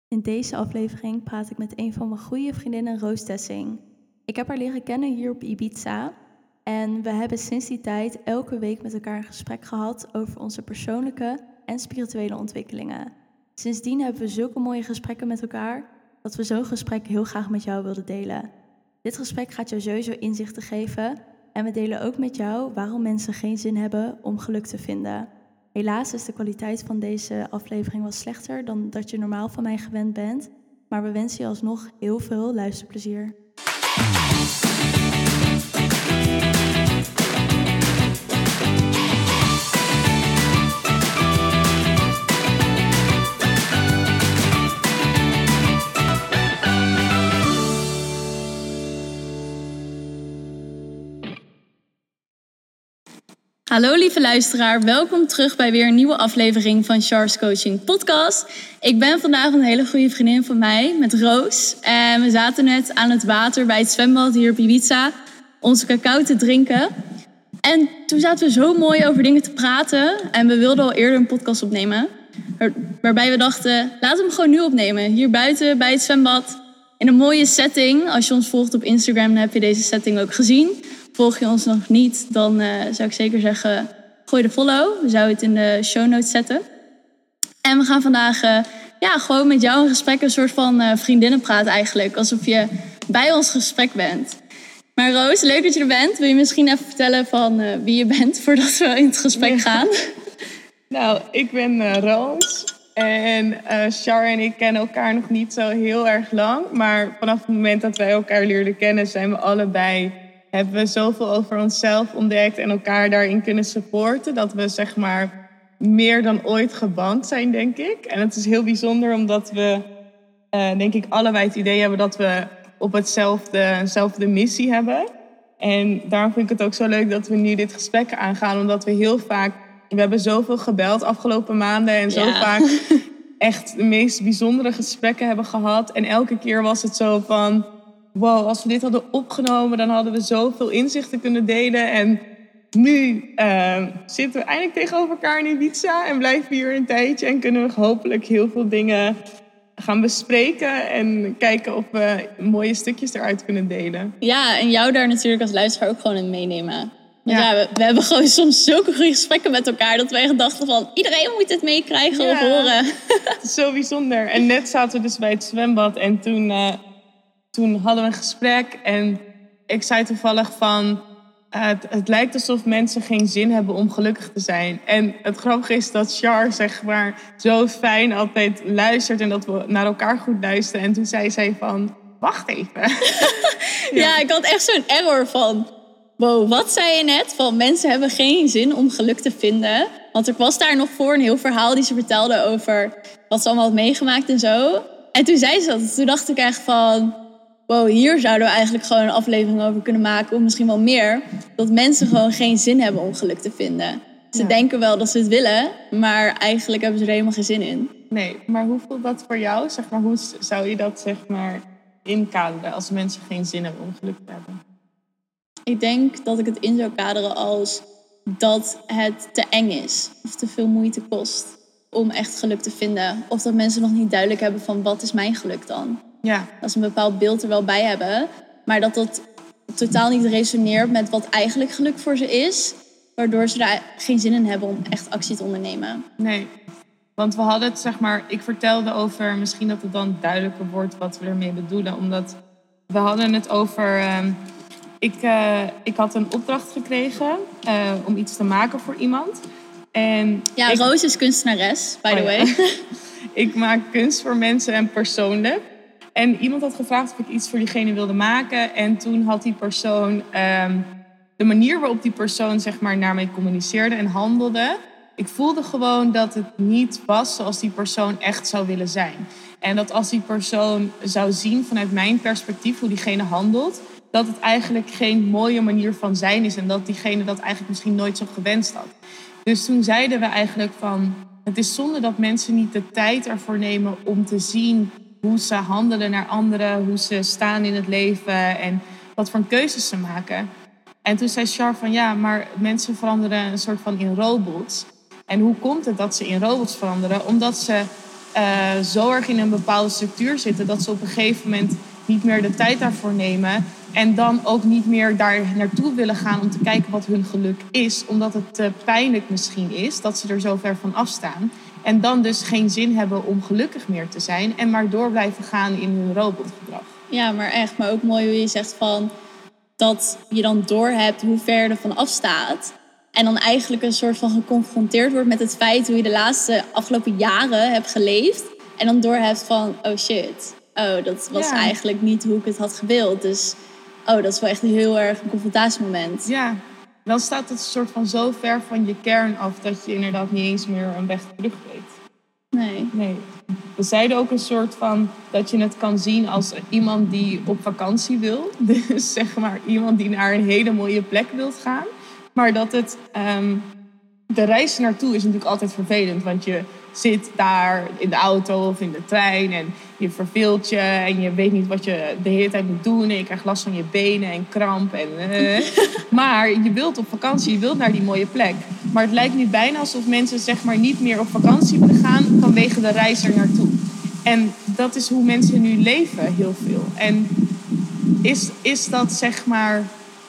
In deze aflevering praat ik met een van mijn goede vriendinnen, Roos Dessing. Ik heb haar leren kennen hier op Ibiza en we hebben sinds die tijd elke week met elkaar een gesprek gehad over onze persoonlijke en spirituele ontwikkelingen. Sindsdien hebben we zulke mooie gesprekken met elkaar dat we zo'n gesprek heel graag met jou wilden delen. Dit gesprek gaat jou sowieso inzichten geven en we delen ook met jou waarom mensen geen zin hebben om geluk te vinden. Helaas is de kwaliteit van deze aflevering wat slechter dan dat je normaal van mij gewend bent. Maar we wensen je alsnog heel veel luisterplezier. Hallo lieve luisteraar, welkom terug bij weer een nieuwe aflevering van Char's Coaching Podcast. Ik ben vandaag een hele goede vriendin van mij, met Roos. En we zaten net aan het water bij het zwembad hier op Ibiza, onze cacao te drinken. En toen zaten we zo mooi over dingen te praten en we wilden al eerder een podcast opnemen. Waarbij we dachten, laten we hem gewoon nu opnemen. Hier buiten bij het zwembad, in een mooie setting. Als je ons volgt op Instagram, dan heb je deze setting ook gezien. Volg je ons nog niet, dan zou ik zeker zeggen, gooi de follow. We zouden het in de show notes zetten. En we gaan vandaag gewoon met jou in gesprek, een soort van vriendinnenpraat eigenlijk. Alsof je bij ons gesprek bent. Maar Roos, leuk dat je er bent. Wil je misschien even vertellen van wie je bent voordat we in het gesprek gaan? Nou, ik ben Roos. En Char en ik kennen elkaar nog niet zo heel erg lang. Maar vanaf het moment dat wij elkaar leerden kennen, zijn we allebei... hebben we zoveel over onszelf ontdekt en elkaar daarin kunnen supporten. Dat we zeg maar meer dan ooit geband zijn, denk ik. En het is heel bijzonder omdat we, denk ik, allebei het idee hebben dat we op hetzelfde missie hebben. En daarom vind ik het ook zo leuk dat we nu dit gesprek aangaan. Omdat we heel vaak, we hebben zoveel gebeld afgelopen maanden en zo vaak echt de meest bijzondere gesprekken hebben gehad. En elke keer was het zo van... wow, als we dit hadden opgenomen, dan hadden we zoveel inzichten kunnen delen. En nu zitten we eindelijk tegenover elkaar in Ibiza en blijven we hier een tijdje. En kunnen we hopelijk heel veel dingen gaan bespreken en kijken of we mooie stukjes eruit kunnen delen. Ja, en jou daar natuurlijk als luisteraar ook gewoon in meenemen. Want we hebben gewoon soms zulke goede gesprekken met elkaar dat we echt dachten van iedereen moet het meekrijgen of horen. Het is zo bijzonder. En net zaten we dus bij het zwembad en toen hadden we een gesprek en ik zei toevallig van... Het lijkt alsof mensen geen zin hebben om gelukkig te zijn. En het grappige is dat Char, zeg maar, zo fijn altijd luistert... en dat we naar elkaar goed luisteren. En toen zei zij van, wacht even. Ja, ik had echt zo'n error van... wow, wat zei je net? Van mensen hebben geen zin om geluk te vinden. Want ik was daar nog voor een heel verhaal die ze vertelde over... wat ze allemaal had meegemaakt en zo. En toen zei ze dat. Toen dacht ik echt van... wow, hier zouden we eigenlijk gewoon een aflevering over kunnen maken. Of misschien wel meer. Dat mensen gewoon geen zin hebben om geluk te vinden. Ze denken wel dat ze het willen. Maar eigenlijk hebben ze er helemaal geen zin in. Nee, maar hoe voelt dat voor jou? Zeg maar, hoe zou je dat zeg maar inkaderen als mensen geen zin hebben om geluk te hebben? Ik denk dat ik het in zou kaderen als dat het te eng is. Of te veel moeite kost om echt geluk te vinden. Of dat mensen nog niet duidelijk hebben van wat is mijn geluk dan? Ja. Dat ze een bepaald beeld er wel bij hebben. Maar dat dat totaal niet resoneert met wat eigenlijk geluk voor ze is. Waardoor ze er geen zin in hebben om echt actie te ondernemen. Nee, want we hadden het zeg maar... Ik vertelde over, misschien dat het dan duidelijker wordt wat we ermee bedoelen. Omdat we hadden het over... Ik had een opdracht gekregen om iets te maken voor iemand. En Roos is kunstenares, by the way. Ik maak kunst voor mensen en persoonlijk. En iemand had gevraagd of ik iets voor diegene wilde maken. En toen had die persoon... de manier waarop die persoon zeg maar, naar mij communiceerde en handelde... ik voelde gewoon dat het niet was zoals die persoon echt zou willen zijn. En dat als die persoon zou zien vanuit mijn perspectief hoe diegene handelt... dat het eigenlijk geen mooie manier van zijn is. En dat diegene dat eigenlijk misschien nooit zo gewenst had. Dus toen zeiden we eigenlijk van... het is zonde dat mensen niet de tijd ervoor nemen om te zien... hoe ze handelen naar anderen, hoe ze staan in het leven... en wat voor keuzes ze maken. En toen zei Char van ja, maar mensen veranderen een soort van in robots. En hoe komt het dat ze in robots veranderen? Omdat ze zo erg in een bepaalde structuur zitten dat ze op een gegeven moment niet meer de tijd daarvoor nemen. En dan ook niet meer daar naartoe willen gaan om te kijken wat hun geluk is. Omdat het te pijnlijk misschien is dat ze er zo ver van afstaan. En dan dus geen zin hebben om gelukkig meer te zijn. En maar door blijven gaan in hun robotgedrag. Ja, maar echt. Maar ook mooi hoe je zegt van dat je dan doorhebt hoe ver je ervan afstaat. En dan eigenlijk een soort van geconfronteerd wordt met het feit hoe je de afgelopen jaren hebt geleefd. En dan doorhebt van, oh shit, oh dat was eigenlijk niet hoe ik het had gewild. Dus dat is wel echt een heel erg een confrontatiemoment. Ja, dan staat het soort van zo ver van je kern af dat je inderdaad niet eens meer een weg terug weet. Nee. We zeiden ook een soort van dat je het kan zien als iemand die op vakantie wil. Dus zeg maar iemand die naar een hele mooie plek wilt gaan. Maar dat het de reis naartoe is natuurlijk altijd vervelend. Want je zit daar in de auto of in de trein en je verveelt je. En je weet niet wat je de hele tijd moet doen. En je krijgt last van je benen en kramp. Maar je wilt op vakantie, je wilt naar die mooie plek. Maar het lijkt nu bijna alsof mensen zeg maar niet meer op vakantie willen gaan vanwege de reis er naartoe. En dat is hoe mensen nu leven, heel veel. En is dat zeg maar...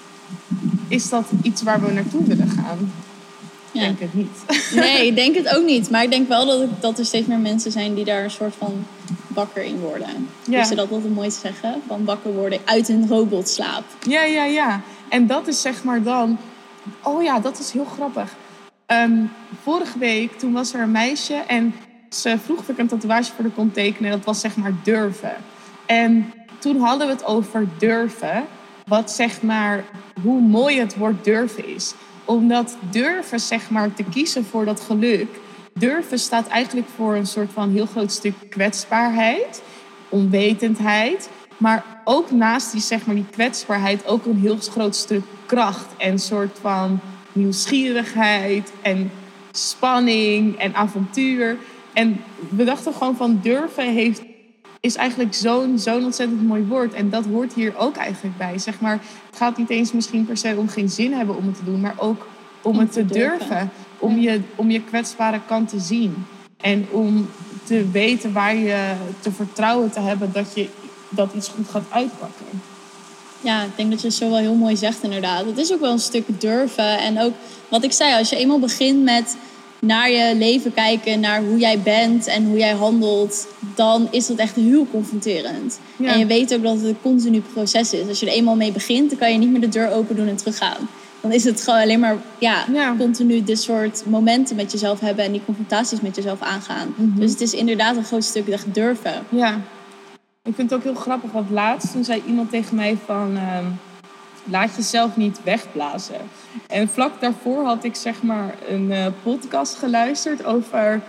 Is dat iets waar we naartoe willen gaan? Ik denk het niet. Nee, ik denk het ook niet. Maar ik denk wel dat er steeds meer mensen zijn die daar een soort van wakker in worden. Ja. Dus dat altijd mooi te zeggen. Van wakker worden uit hun robotslaap. Ja. En dat is zeg maar dan... Oh ja, dat is heel grappig. Vorige week, toen was er een meisje en ze vroeg of ik een tatoeage voor haar kon tekenen. Dat was zeg maar durven. En toen hadden we het over durven. Wat zeg maar, hoe mooi het woord durven is. Omdat durven zeg maar te kiezen voor dat geluk. Durven staat eigenlijk voor een soort van heel groot stuk kwetsbaarheid. Onwetendheid. Maar ook naast die, zeg maar, die kwetsbaarheid ook een heel groot stuk kracht. En een soort van nieuwsgierigheid en spanning en avontuur. En we dachten gewoon van durven is eigenlijk zo'n ontzettend mooi woord. En dat hoort hier ook eigenlijk bij. Zeg maar, het gaat niet eens misschien per se om geen zin hebben om het te doen. Maar ook om het te durven. Om je kwetsbare kant te zien. En om te weten waar je te vertrouwen te hebben dat iets goed gaat uitpakken. Ja, ik denk dat je het zo wel heel mooi zegt inderdaad. Het is ook wel een stuk durven. En ook wat ik zei, als je eenmaal begint met naar je leven kijken, naar hoe jij bent en hoe jij handelt, dan is dat echt heel confronterend. Ja. En je weet ook dat het een continu proces is. Als je er eenmaal mee begint, dan kan je niet meer de deur open doen en teruggaan. Dan is het gewoon alleen maar continu dit soort momenten met jezelf hebben en die confrontaties met jezelf aangaan. Mm-hmm. Dus het is inderdaad een groot stuk echt durven. Ja, ik vind het ook heel grappig. Want laatst toen zei iemand tegen mij van laat jezelf niet wegblazen. En vlak daarvoor had ik zeg maar een podcast geluisterd over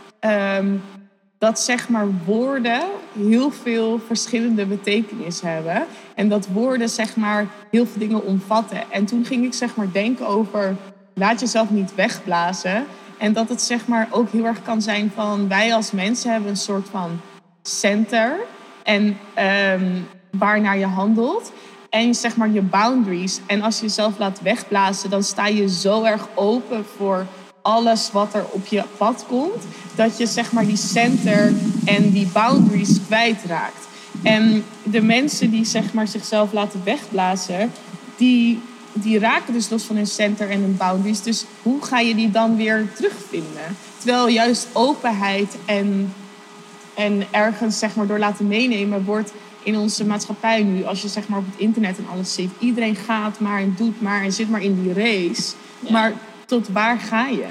dat zeg maar woorden heel veel verschillende betekenis hebben. En dat woorden zeg maar heel veel dingen omvatten. En toen ging ik zeg maar denken over laat jezelf niet wegblazen. En dat het zeg maar ook heel erg kan zijn van wij als mensen hebben een soort van center. En waarnaar je handelt. En zeg maar je boundaries. En als je jezelf laat wegblazen, dan sta je zo erg open voor alles wat er op je pad komt. Dat je zeg maar die center en die boundaries kwijtraakt. En de mensen die zeg maar zichzelf laten wegblazen, die raken dus los van hun center en hun boundaries. Dus hoe ga je die dan weer terugvinden? Terwijl juist openheid en ergens zeg maar door laten meenemen wordt in onze maatschappij nu, als je zeg maar op het internet en alles ziet. Iedereen gaat maar en doet maar en zit maar in die race. Ja. Maar tot waar ga je?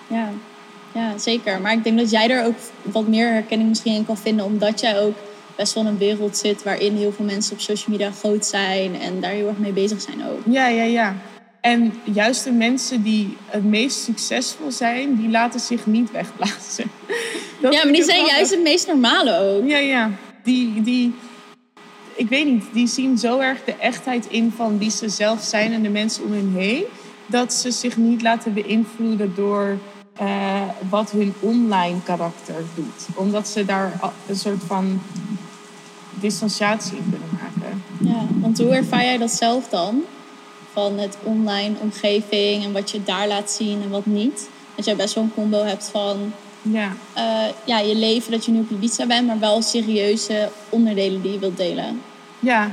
Ja, zeker. Maar ik denk dat jij er ook wat meer herkenning misschien in kan vinden, omdat jij ook best wel in een wereld zit waarin heel veel mensen op social media groot zijn en daar heel erg mee bezig zijn ook. Ja. En juist de mensen die het meest succesvol zijn, die laten zich niet wegblazen. Maar die zijn juist het meest normale ook. Ja. Die ik weet niet, die zien zo erg de echtheid in van wie ze zelf zijn en de mensen om hen heen, dat ze zich niet laten beïnvloeden door wat hun online karakter doet. Omdat ze daar een soort van distanciatie in kunnen maken. Ja, want hoe ervaar jij dat zelf dan? Van het online omgeving en wat je daar laat zien en wat niet? Dat jij best wel een combo hebt van Ja. je leven dat je nu op Ibiza bent, maar wel serieuze onderdelen die je wilt delen? Ja,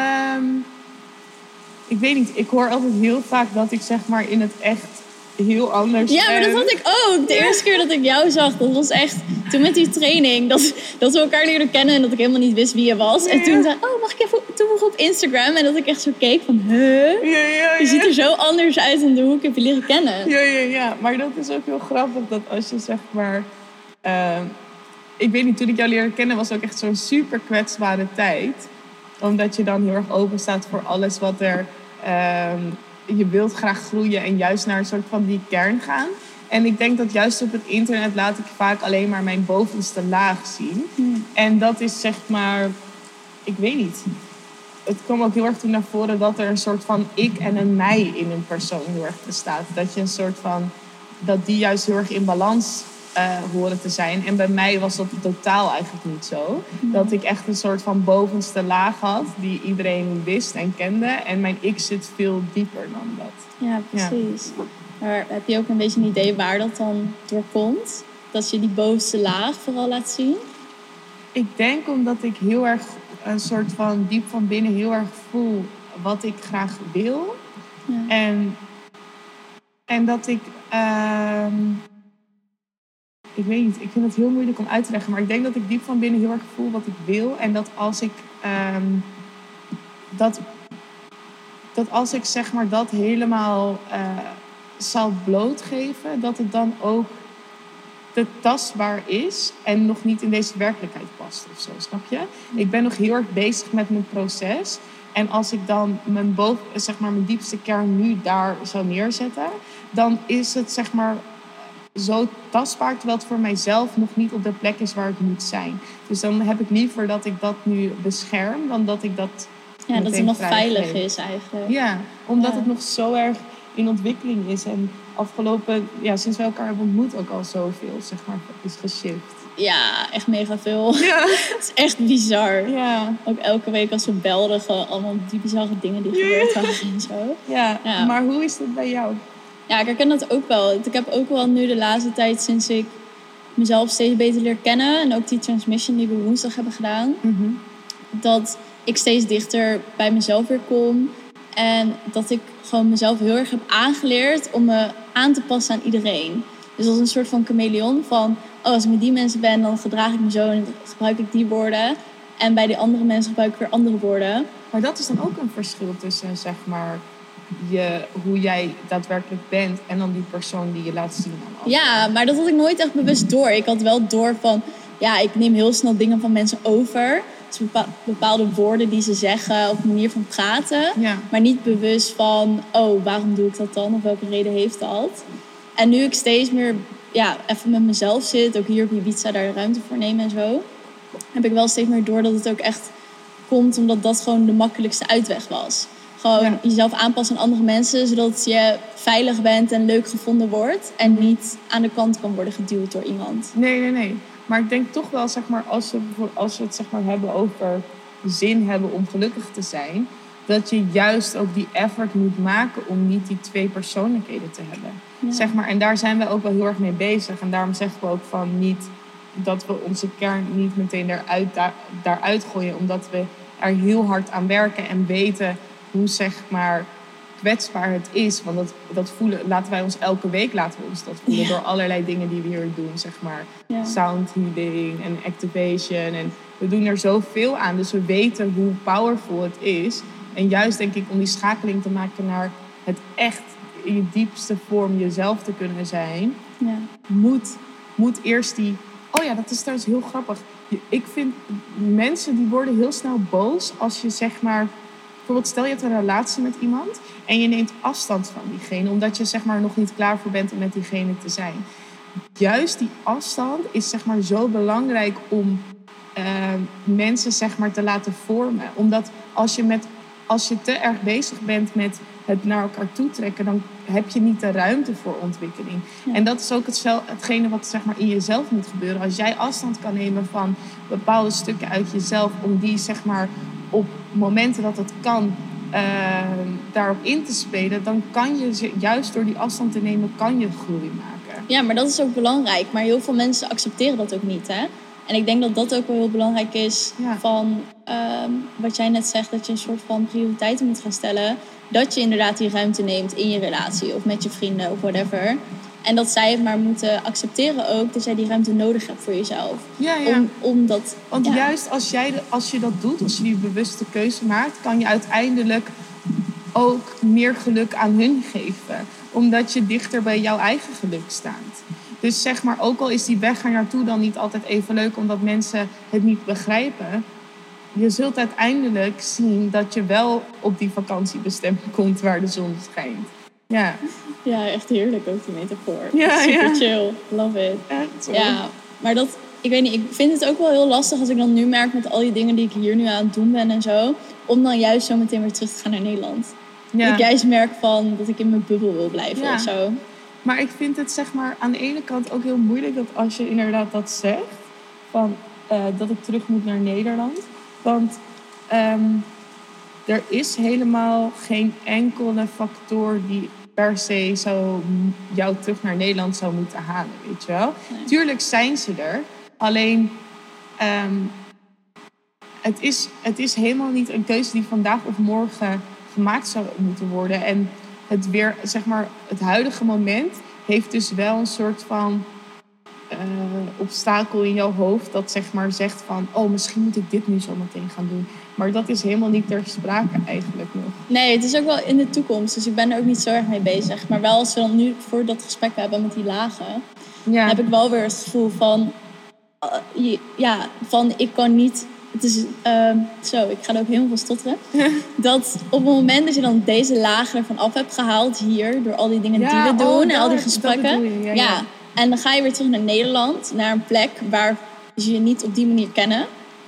ik weet niet. Ik hoor altijd heel vaak dat ik zeg maar in het echt heel anders Ja, maar dat ben. had ik ook. De eerste keer dat ik jou zag, dat was echt toen met die training. Dat we elkaar leerden kennen en dat ik helemaal niet wist wie je was. En toen zei ik, mag ik even toevoegen op Instagram? En dat ik echt zo keek van, Je ziet er zo anders uit dan hoe ik heb je leren kennen. Ja. Maar dat is ook heel grappig dat als je zeg maar... ik weet niet, toen ik jou leerde kennen was ook echt zo'n super kwetsbare tijd. Omdat je dan heel erg open staat voor alles wat er... je wilt graag groeien en juist naar een soort van die kern gaan. En ik denk dat juist op het internet laat ik vaak alleen maar mijn bovenste laag zien. En dat is zeg maar... Ik weet niet. Het kwam ook heel erg toen naar voren dat er een soort van ik en een mij in een persoon heel erg bestaat. Dat je een soort van... Dat die juist heel erg in balans horen te zijn. En bij mij was dat totaal eigenlijk niet zo. Dat ik echt een soort van bovenste laag had die iedereen wist en kende. En mijn ik zit veel dieper dan dat. Ja, precies. Ja. Maar heb je ook een beetje een idee waar dat dan door komt? Dat je die bovenste laag vooral laat zien? Ik denk omdat ik heel erg een soort van diep van binnen heel erg voel wat ik graag wil. Ja. En dat ik... ik weet niet, ik vind het heel moeilijk om uit te leggen. Maar ik denk dat ik diep van binnen heel erg voel wat ik wil. En dat als ik... dat als ik zeg maar dat helemaal zal blootgeven... dat het dan ook te tastbaar is en nog niet in deze werkelijkheid past of zo, snap je? Ik ben nog heel erg bezig met mijn proces. En als ik dan mijn diepste kern nu daar zou neerzetten... dan is het zeg maar zo tastbaar, terwijl het voor mijzelf nog niet op de plek is waar het moet zijn. Dus dan heb ik liever dat ik dat nu bescherm dan dat ik dat... Ja, dat het nog veilig is eigenlijk. Ja, omdat het nog zo erg in ontwikkeling is. En sinds we elkaar hebben ontmoet ook al zoveel, zeg maar, is geshift. Ja, echt mega veel. Ja. Het is echt bizar. Ja. Ook elke week als we belden, gewoon allemaal die bizarre dingen die gebeurd waren en zo. Ja, maar hoe is dat bij jou? Ja, ik herken dat ook wel. Ik heb ook wel nu de laatste tijd, sinds ik mezelf steeds beter leer kennen... en ook die transmission die we woensdag hebben gedaan... dat ik steeds dichter bij mezelf weer kom... en dat ik gewoon mezelf heel erg heb aangeleerd om me aan te passen aan iedereen. Dus als een soort van chameleon van... als ik met die mensen ben, dan gedraag ik me zo en gebruik ik die woorden. En bij die andere mensen gebruik ik weer andere woorden. Maar dat is dan ook een verschil tussen, zeg maar... hoe jij daadwerkelijk bent en dan die persoon die je laat zien aan anderen. Ja, maar dat had ik nooit echt bewust door. Ik had wel door van... ja, ik neem heel snel dingen van mensen over... Dus bepaalde woorden die ze zeggen of manier van praten. Ja. Maar niet bewust van, waarom doe ik dat dan? Of welke reden heeft dat? En nu ik steeds meer even met mezelf zit, ook hier op Ibiza daar de ruimte voor nemen en zo, heb ik wel steeds meer door dat het ook echt komt omdat dat gewoon de makkelijkste uitweg was. Gewoon jezelf aanpassen aan andere mensen, zodat je veilig bent en leuk gevonden wordt. En niet aan de kant kan worden geduwd door iemand. Nee. Maar ik denk toch wel, zeg maar, als we het zeg maar hebben over zin hebben om gelukkig te zijn, dat je juist ook die effort moet maken om niet die twee persoonlijkheden te hebben. Ja. Zeg maar, en daar zijn we ook wel heel erg mee bezig. En daarom zeggen we ook van niet dat we onze kern niet meteen daaruit gooien, omdat we er heel hard aan werken en weten hoe, zeg maar, kwetsbaar het is. Want dat voelen, elke week laten we ons dat voelen door allerlei dingen die we hier doen, zeg maar. Ja. Sound healing en activation. En we doen er zoveel aan, dus we weten hoe powerful het is. En juist denk ik om die schakeling te maken naar het echt in je diepste vorm jezelf te kunnen zijn, moet eerst die... Oh ja, dat is trouwens heel grappig. Ik vind mensen die worden heel snel boos als je, zeg maar, bijvoorbeeld stel je hebt een relatie met iemand en je neemt afstand van diegene omdat je, zeg maar, nog niet klaar voor bent om met diegene te zijn. Juist die afstand is, zeg maar, zo belangrijk om mensen, zeg maar, te laten vormen. Omdat als je te erg bezig bent met het naar elkaar toe trekken, dan heb je niet de ruimte voor ontwikkeling. Ja. En dat is ook hetgene wat, zeg maar, in jezelf moet gebeuren. Als jij afstand kan nemen van bepaalde stukken uit jezelf, om die, zeg maar, op momenten dat het kan daarop in te spelen, dan kan je, juist door die afstand te nemen, kan je groei maken. Ja, maar dat is ook belangrijk. Maar heel veel mensen accepteren dat ook niet, hè? En ik denk dat dat ook wel heel belangrijk is van wat jij net zegt, dat je een soort van prioriteiten moet gaan stellen. Dat je inderdaad die ruimte neemt in je relatie of met je vrienden of whatever. En dat zij het maar moeten accepteren ook dat jij die ruimte nodig hebt voor jezelf. Ja. Want juist als je dat doet, als je die bewuste keuze maakt, kan je uiteindelijk ook meer geluk aan hun geven. Omdat je dichter bij jouw eigen geluk staat. Dus zeg maar, ook al is die weg er naartoe dan niet altijd even leuk omdat mensen het niet begrijpen. Je zult uiteindelijk zien dat je wel op die vakantiebestemming komt waar de zon schijnt. Ja. Ja, echt heerlijk ook die metafoor. Ja, super chill. Love it. Echt zo. Ja, maar ik weet niet, ik vind het ook wel heel lastig als ik dan nu merk met al die dingen die ik hier nu aan het doen ben en zo. Om dan juist zo meteen weer terug te gaan naar Nederland. Ja. Dat ik juist merk van dat ik in mijn bubbel wil blijven of zo. Maar ik vind het zeg maar aan de ene kant ook heel moeilijk dat als je inderdaad dat zegt. Van dat ik terug moet naar Nederland. Want er is helemaal geen enkele factor die per se jou terug naar Nederland zou moeten halen, weet je wel. Nee. Tuurlijk zijn ze er. Alleen het is helemaal niet een keuze die vandaag of morgen gemaakt zou moeten worden. En het weer, zeg maar, het huidige moment heeft dus wel een soort van obstakel in jouw hoofd dat zeg maar zegt van, oh, misschien moet ik dit nu zo meteen gaan doen. Maar dat is helemaal niet ter sprake eigenlijk nog. Nee, het is ook wel in de toekomst. Dus ik ben er ook niet zo erg mee bezig. Maar wel als we dan nu voor dat gesprek hebben met die lagen, heb ik wel weer het gevoel van, van ik kan niet. Het is ik ga er ook helemaal van stotteren. Dat op het moment dat je dan deze lagen ervan af hebt gehaald hier, door al die dingen die we doen en al die gesprekken. Ja. En dan ga je weer terug naar Nederland, naar een plek waar ze je niet op die manier kennen.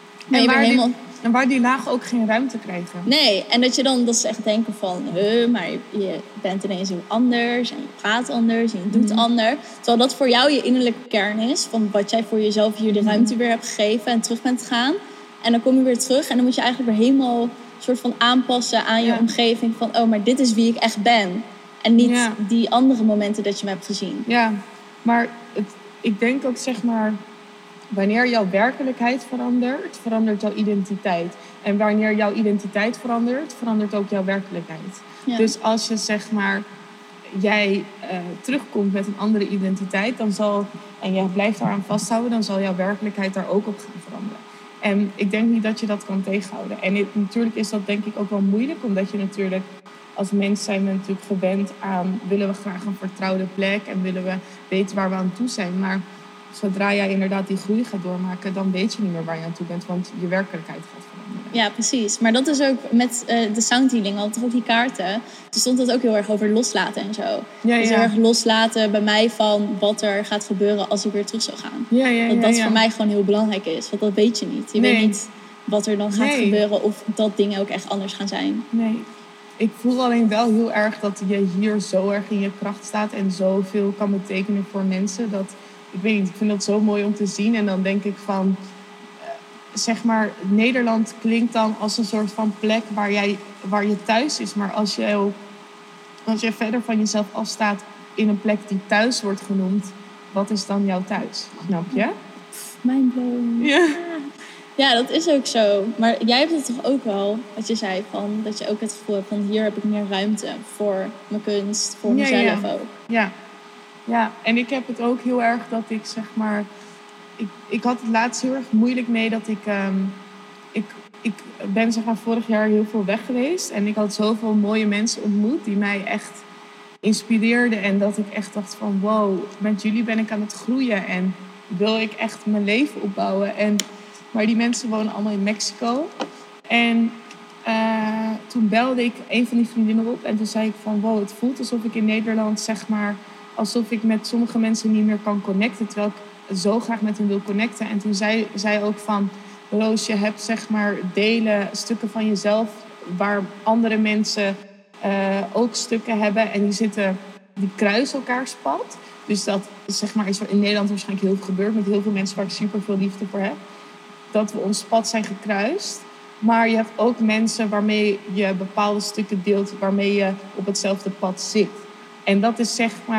En waar die lagen ook geen ruimte krijgen. Nee, en dat je dan dat ze echt denken van, maar je bent ineens heel anders en je praat anders en je doet anders. Terwijl dat voor jou je innerlijke kern is, van wat jij voor jezelf hier de ruimte weer hebt gegeven en terug bent gegaan. En dan kom je weer terug en dan moet je eigenlijk weer helemaal soort van aanpassen aan je omgeving. Van, oh, maar dit is wie ik echt ben. En niet die andere momenten dat je me hebt gezien. Ja, maar ik denk ook, zeg maar, wanneer jouw werkelijkheid verandert, verandert jouw identiteit. En wanneer jouw identiteit verandert, verandert ook jouw werkelijkheid. Ja. Dus als je, zeg maar, jij terugkomt met een andere identiteit, en jij blijft daaraan vasthouden, dan zal jouw werkelijkheid daar ook op gaan veranderen. En ik denk niet dat je dat kan tegenhouden. En natuurlijk is dat denk ik ook wel moeilijk, omdat je natuurlijk als mens zijn we natuurlijk gewend aan, willen we graag een vertrouwde plek en willen we weten waar we aan toe zijn. Maar zodra jij inderdaad die groei gaat doormaken, dan weet je niet meer waar je aan toe bent, want je werkelijkheid gaat veranderen. Ja, precies. Maar dat is ook met de soundhealing, al toch op die kaarten. Toen stond het ook heel erg over loslaten en zo. Dus heel erg loslaten bij mij van wat er gaat gebeuren als ik weer terug zou gaan. Dat voor mij gewoon heel belangrijk is, want dat weet je niet. Je weet niet wat er dan gaat gebeuren of dat dingen ook echt anders gaan zijn. Nee. Ik voel alleen wel heel erg dat je hier zo erg in je kracht staat en zoveel kan betekenen voor mensen. Dat, ik weet niet, ik vind dat zo mooi om te zien. En dan denk ik van, zeg maar, Nederland klinkt dan als een soort van plek waar je thuis is. Maar als je verder van jezelf afstaat in een plek die thuis wordt genoemd, wat is dan jouw thuis? Snap je? Mindblown. Ja. Ja, dat is ook zo. Maar jij hebt het toch ook wel, wat je zei, van dat je ook het gevoel hebt van hier heb ik meer ruimte voor mijn kunst, voor mezelf ook. Ja, en ik heb het ook heel erg dat ik, zeg maar, ik had het laatst heel erg moeilijk mee dat ik ben, zeg maar, vorig jaar heel veel weg geweest. En ik had zoveel mooie mensen ontmoet die mij echt inspireerden. En dat ik echt dacht van, wow, met jullie ben ik aan het groeien en wil ik echt mijn leven opbouwen. Maar die mensen wonen allemaal in Mexico. En toen belde ik een van die vriendinnen op. En toen zei ik van, wow, het voelt alsof ik in Nederland, zeg maar, alsof ik met sommige mensen niet meer kan connecten. Terwijl ik zo graag met hen wil connecten. En toen zei zij ook van, Roos, je hebt, zeg maar, delen, stukken van jezelf waar andere mensen ook stukken hebben. En die kruisen elkaars pad. Dus dat, zeg maar, is er in Nederland waarschijnlijk heel veel gebeurd met heel veel mensen waar ik super veel liefde voor heb. Dat we ons pad zijn gekruist. Maar je hebt ook mensen waarmee je bepaalde stukken deelt, waarmee je op hetzelfde pad zit. En dat is, zeg maar,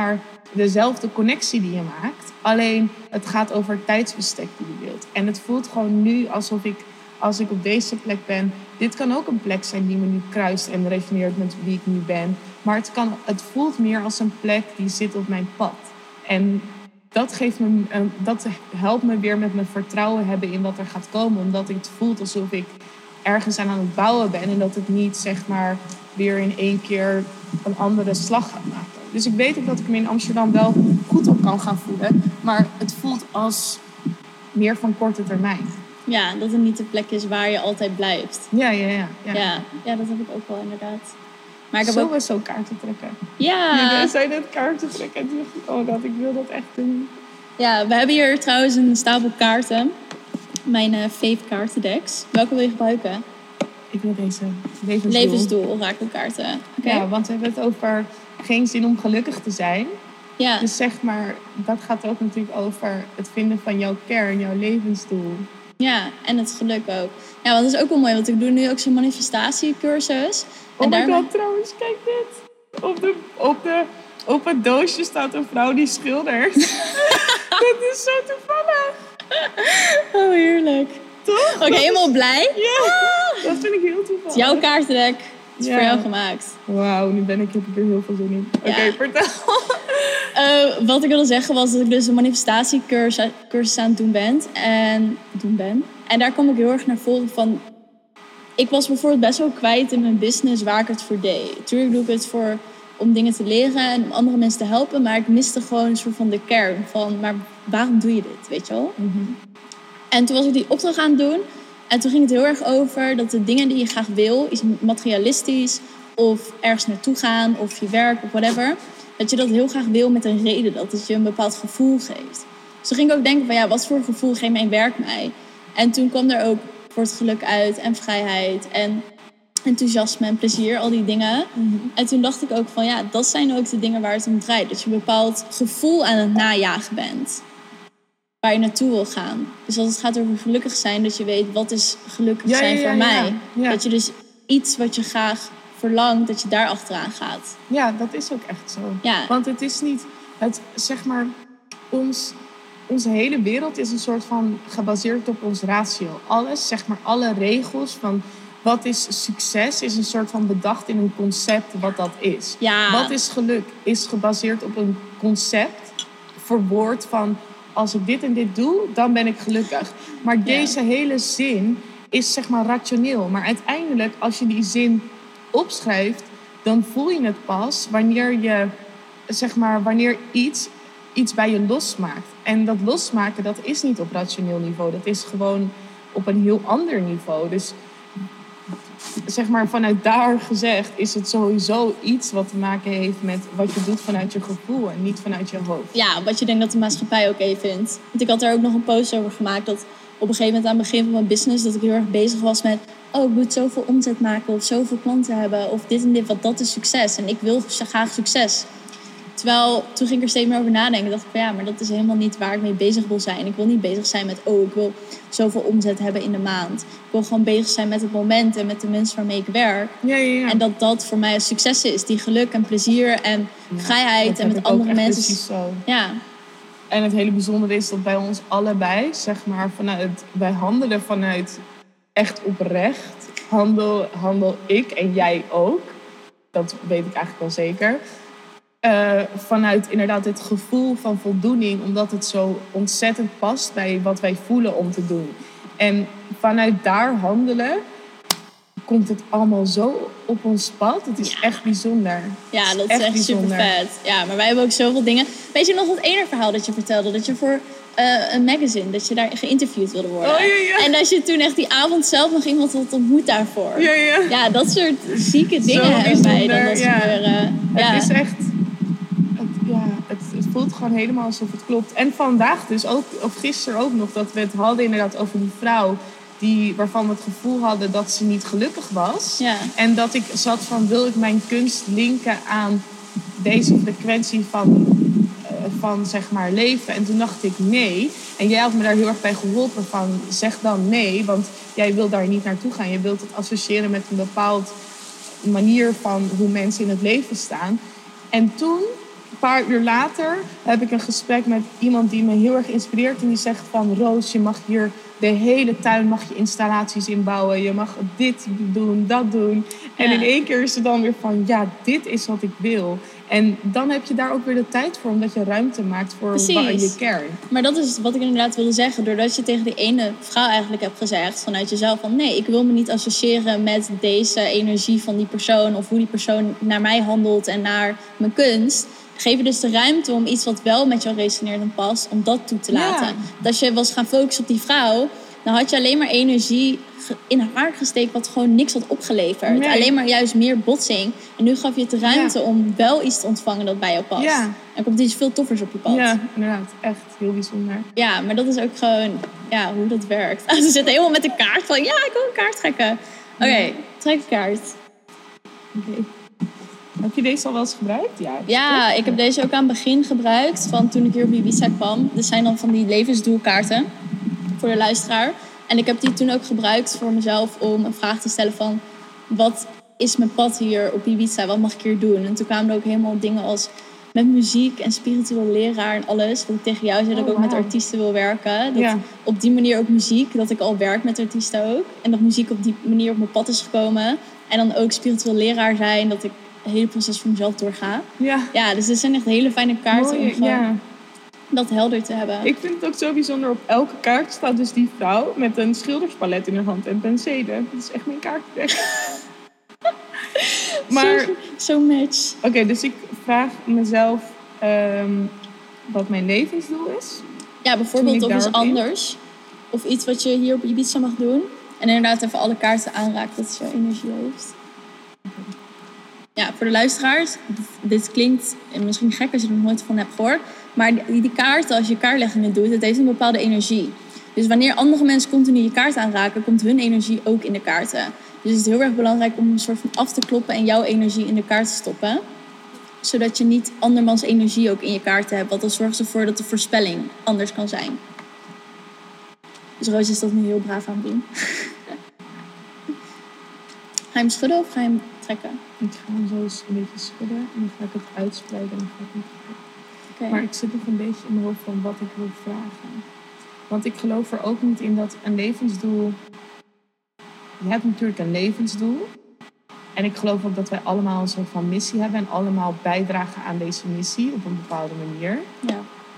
dezelfde connectie die je maakt. Alleen het gaat over het tijdsbestek die je wilt. En het voelt gewoon nu alsof ik, als ik op deze plek ben... Dit kan ook een plek zijn die me nu kruist en resoneert met wie ik nu ben. Maar het voelt meer als een plek die zit op mijn pad. En dat helpt me weer met mijn vertrouwen hebben in wat er gaat komen. Omdat het voelt alsof ik ergens aan het bouwen ben. En dat het niet, zeg maar, weer in één keer een andere slag gaat maken. Dus ik weet ook dat ik me in Amsterdam wel goed op kan gaan voelen. Maar het voelt als meer van korte termijn. Ja, dat het niet de plek is waar je altijd blijft. Ja, dat heb ik ook wel inderdaad. Maar ik heb Zullen we zo kaarten trekken? Ja. Jullie zijn net kaarten trekken. En toen dacht ik, oh god, ik wil dat echt doen. Ja, we hebben hier trouwens een stapel kaarten. Mijn fave kaartendeks. Welke wil je gebruiken? Ik wil deze. Levensdoel, orakelkaarten. Okay. Ja, want we hebben het over geen zin om gelukkig te zijn. Ja. Dus zeg maar, dat gaat ook natuurlijk over het vinden van jouw kern, jouw levensdoel. Ja, en het geluk ook. Ja, want dat is ook wel mooi, want ik doe nu ook zo'n manifestatiecursus. Oh my god, trouwens, kijk dit. Op het doosje staat een vrouw die schildert. Dat is zo toevallig. Oh, heerlijk. Toch? Oké, helemaal blij? Ja, dat vind ik heel toevallig. Jouw kaartendek is voor jou gemaakt. Wauw, nu heb ik er heel veel zin in. Oké, vertel. Wat ik wilde zeggen was dat ik dus een manifestatiecursus aan het doen ben. En daar kwam ik heel erg naar voren van... Ik was bijvoorbeeld best wel kwijt in mijn business waar ik het voor deed. Natuurlijk doe ik het om dingen te leren en om andere mensen te helpen. Maar ik miste gewoon een soort van de kern van... Maar waarom doe je dit, weet je wel? Mm-hmm. En toen was ik die opdracht aan het doen. En toen ging het heel erg over dat de dingen die je graag wil... is materialistisch of ergens naartoe gaan of je werk of whatever... Dat je dat heel graag wil met een reden. Dat het je een bepaald gevoel geeft. Dus toen ging ik ook denken van wat voor gevoel geeft mijn werk mij? En toen kwam er ook voor het geluk uit en vrijheid en enthousiasme en plezier, al die dingen. Mm-hmm. En toen dacht ik ook van dat zijn ook de dingen waar het om draait. Dat je een bepaald gevoel aan het najagen bent. Waar je naartoe wil gaan. Dus als het gaat over gelukkig zijn, dat je weet wat is gelukkig zijn voor mij. Ja. Dat je dus iets wat je graag verlangt, dat je daar achteraan gaat. Ja, dat is ook echt zo. Ja. Want het is niet, zeg maar, onze hele wereld is een soort van gebaseerd op ons ratio. Alles, zeg maar, alle regels van wat is succes, is een soort van bedacht in een concept wat dat is. Ja. Wat is geluk, is gebaseerd op een concept, verwoord van als ik dit en dit doe, dan ben ik gelukkig. Maar deze hele zin is, zeg maar, rationeel. Maar uiteindelijk, als je die zin opschrijft, dan voel je het pas wanneer iets bij je losmaakt. En dat losmaken, dat is niet op rationeel niveau. Dat is gewoon op een heel ander niveau. Dus zeg maar, vanuit daar gezegd is het sowieso iets wat te maken heeft met wat je doet vanuit je gevoel en niet vanuit je hoofd. Ja, wat je denkt dat de maatschappij oké vindt. Want ik had er ook nog een post over gemaakt dat op een gegeven moment aan het begin van mijn business dat ik heel erg bezig was met ik moet zoveel omzet maken of zoveel klanten hebben of dit en dit, want dat is succes. En ik wil graag succes. Terwijl toen ging ik er steeds meer over nadenken. Dacht ik van maar dat is helemaal niet waar ik mee bezig wil zijn. Ik wil niet bezig zijn met ik wil zoveel omzet hebben in de maand. Ik wil gewoon bezig zijn met het moment en met de mensen waarmee ik werk. Ja. En dat voor mij een succes is. Die geluk en plezier en vrijheid en met andere mensen. Precies zo. Ja. En het hele bijzondere is dat bij ons allebei, zeg maar, wij handelen vanuit echt oprecht. Handel ik en jij ook. Dat weet ik eigenlijk wel zeker. Vanuit inderdaad het gevoel van voldoening, omdat het zo ontzettend past bij wat wij voelen om te doen. En vanuit daar handelen komt het allemaal zo op ons pad. Het is echt bijzonder. Ja, dat is echt super vet. Ja, maar wij hebben ook zoveel dingen. Weet je nog dat ene verhaal dat je vertelde? Dat je voor een magazine, dat je daar geïnterviewd wilde worden. Oh, ja. En dat je toen echt die avond zelf nog iemand had ontmoet daarvoor. Ja. Ja, dat soort zieke dingen hebben wij dan dat gebeuren. Ja. Het is echt... Het voelt gewoon helemaal alsof het klopt. En vandaag dus ook, of gisteren ook nog, dat we het hadden inderdaad over die vrouw waarvan we het gevoel hadden dat ze niet gelukkig was. Ja. En dat ik zat van, wil ik mijn kunst linken aan deze frequentie van zeg maar leven? En toen dacht ik nee. En jij had me daar heel erg bij geholpen van, zeg dan nee, want jij wil daar niet naartoe gaan. Je wilt het associëren met een bepaald manier van hoe mensen in het leven staan. En toen paar uur later heb ik een gesprek met iemand die me heel erg inspireert. En die zegt van, Roos, je mag hier de hele tuin mag je installaties inbouwen. Je mag dit doen, dat doen. En in één keer is het dan weer van, ja, dit is wat ik wil. En dan heb je daar ook weer de tijd voor, omdat je ruimte maakt voor je kern. Maar dat is wat ik inderdaad wilde zeggen. Doordat je tegen die ene vrouw eigenlijk hebt gezegd vanuit jezelf van, nee, ik wil me niet associëren met deze energie van die persoon of hoe die persoon naar mij handelt en naar mijn kunst. Geef je dus de ruimte om iets wat wel met jou resoneert en past, om dat toe te laten. Ja. Dat als je was gaan focussen op die vrouw, dan had je alleen maar energie in haar gesteken wat gewoon niks had opgeleverd. Nee. Alleen maar juist meer botsing. En nu gaf je het de ruimte om wel iets te ontvangen dat bij jou past. Ja. En komt iets veel toffers op je pad. Ja, inderdaad. Echt heel bijzonder. Ja, maar dat is ook gewoon hoe dat werkt. Ze zitten helemaal met de kaart van, ja, ik wil een kaart trekken. Oké, trek een kaart. Oké. Heb je deze al wel eens gebruikt? Ja, ik heb deze ook aan het begin gebruikt. Van toen ik hier op Ibiza kwam. Er zijn dan van die levensdoelkaarten. Voor de luisteraar. En ik heb die toen ook gebruikt voor mezelf om een vraag te stellen van, wat is mijn pad hier op Ibiza? Wat mag ik hier doen? En toen kwamen er ook helemaal dingen als met muziek en spiritueel leraar en alles. Wat ik tegen jou zei, dat ik ook met artiesten wil werken. Dat op die manier ook muziek, dat ik al werk met artiesten ook. En dat muziek op die manier op mijn pad is gekomen. En dan ook spiritueel leraar zijn, dat ik het hele proces voor mezelf doorga. Ja, dus er zijn echt hele fijne kaarten om gewoon dat helder te hebben. Ik vind het ook zo bijzonder. Op elke kaart staat dus die vrouw met een schilderspalet in haar hand en penselen. Dat is echt mijn kaartdek. Maar zo match. Oké, dus ik vraag mezelf wat mijn levensdoel is. Ja, bijvoorbeeld of iets anders. Of iets wat je hier op Ibiza mag doen. En inderdaad even alle kaarten aanraakt dat je energie heeft. Ja, voor de luisteraars, dit klinkt misschien gek als je er nog nooit van hebt gehoord. Maar die kaarten, als je kaartleggingen doet, het heeft een bepaalde energie. Dus wanneer andere mensen continu je kaart aanraken, komt hun energie ook in de kaarten. Dus het is heel erg belangrijk om een soort van af te kloppen en jouw energie in de kaart te stoppen. Zodat je niet andermans energie ook in je kaarten hebt. Want dat zorgt ervoor dat de voorspelling anders kan zijn. Dus Roos is dat nu heel braaf aan het doen. Ga je hem schudden of ga je hem trekken? Ik ga hem zo eens een beetje schudden en dan ga ik het uitspreiden en dan ga ik hem trekken. Okay. Maar ik zit nog een beetje in mijn hoofd van wat ik wil vragen. Want ik geloof er ook niet in dat een levensdoel... Je hebt natuurlijk een levensdoel. En ik geloof ook dat wij allemaal een soort van missie hebben. En allemaal bijdragen aan deze missie op een bepaalde manier. Ja.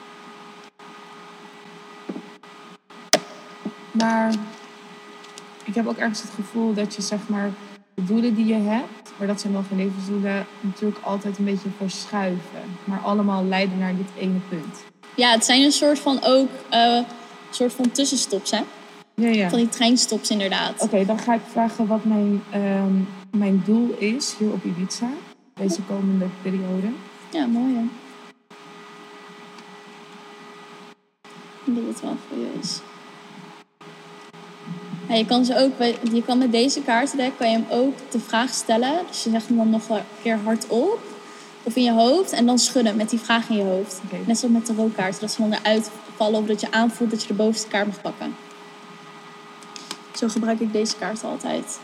Maar ik heb ook ergens het gevoel dat je zeg maar de doelen die je hebt, maar dat zijn wel geen levensdoelen, natuurlijk altijd een beetje verschuiven. Maar allemaal leiden naar dit ene punt. Ja, het zijn een soort van ook soort van tussenstops, hè? Ja. Van die treinstops inderdaad. Oké, dan ga ik vragen wat mijn doel is hier op Ibiza. Deze komende periode. Ja, mooi hè. Ik denk dat het wel voor je is. Ja, je kan met deze kaartendek kan je hem ook de vraag stellen. Dus je zegt hem dan nog een keer hardop. Of in je hoofd. En dan schudden met die vraag in je hoofd. Okay. Net zoals met de rookkaarten. Dat ze dan eruit vallen. Of dat je aanvoelt dat je de bovenste kaart mag pakken. Zo gebruik ik deze kaart altijd.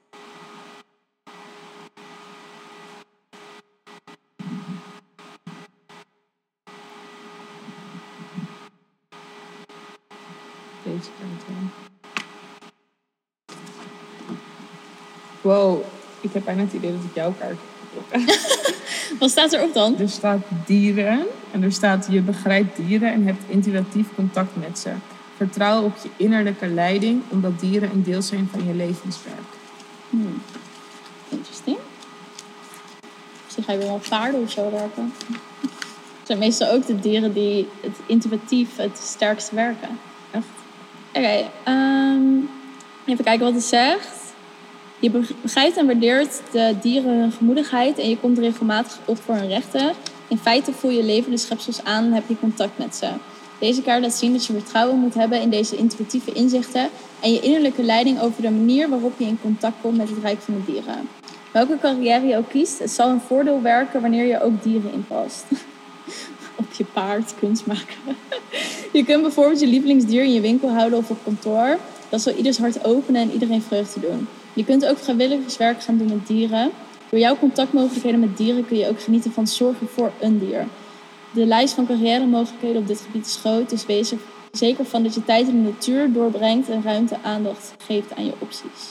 Deze kaart, ja. Wow, ik heb bijna het idee dat ik jouw kaart heb getrokken. Wat staat erop dan? Er staat dieren. En er staat je begrijpt dieren en hebt intuïtief contact met ze. Vertrouw op je innerlijke leiding, omdat dieren een deel zijn van je levenswerk. Interesting. Misschien ga je wel paarden of zo werken. Het zijn meestal ook de dieren die het intuïtief het sterkst werken. Echt? Oké, even kijken wat het zegt. Je begrijpt en waardeert de dieren hun gemoedigheid en je komt regelmatig op voor hun rechten. In feite voel je levende schepsels aan en heb je contact met ze. Deze kaart laat zien dat je vertrouwen moet hebben in deze intuïtieve inzichten en je innerlijke leiding over de manier waarop je in contact komt met het rijk van de dieren. Welke carrière je ook kiest, het zal een voordeel werken wanneer je ook dieren inpast. Op je paard kunst maken. Je kunt bijvoorbeeld je lievelingsdier in je winkel houden of op kantoor. Dat zal ieders hart openen en iedereen vreugde doen. Je kunt ook vrijwilligerswerk gaan doen met dieren. Door jouw contactmogelijkheden met dieren kun je ook genieten van zorgen voor een dier. De lijst van carrière-mogelijkheden op dit gebied is groot, dus wees er zeker van dat je tijd in de natuur doorbrengt en ruimte aandacht geeft aan je opties.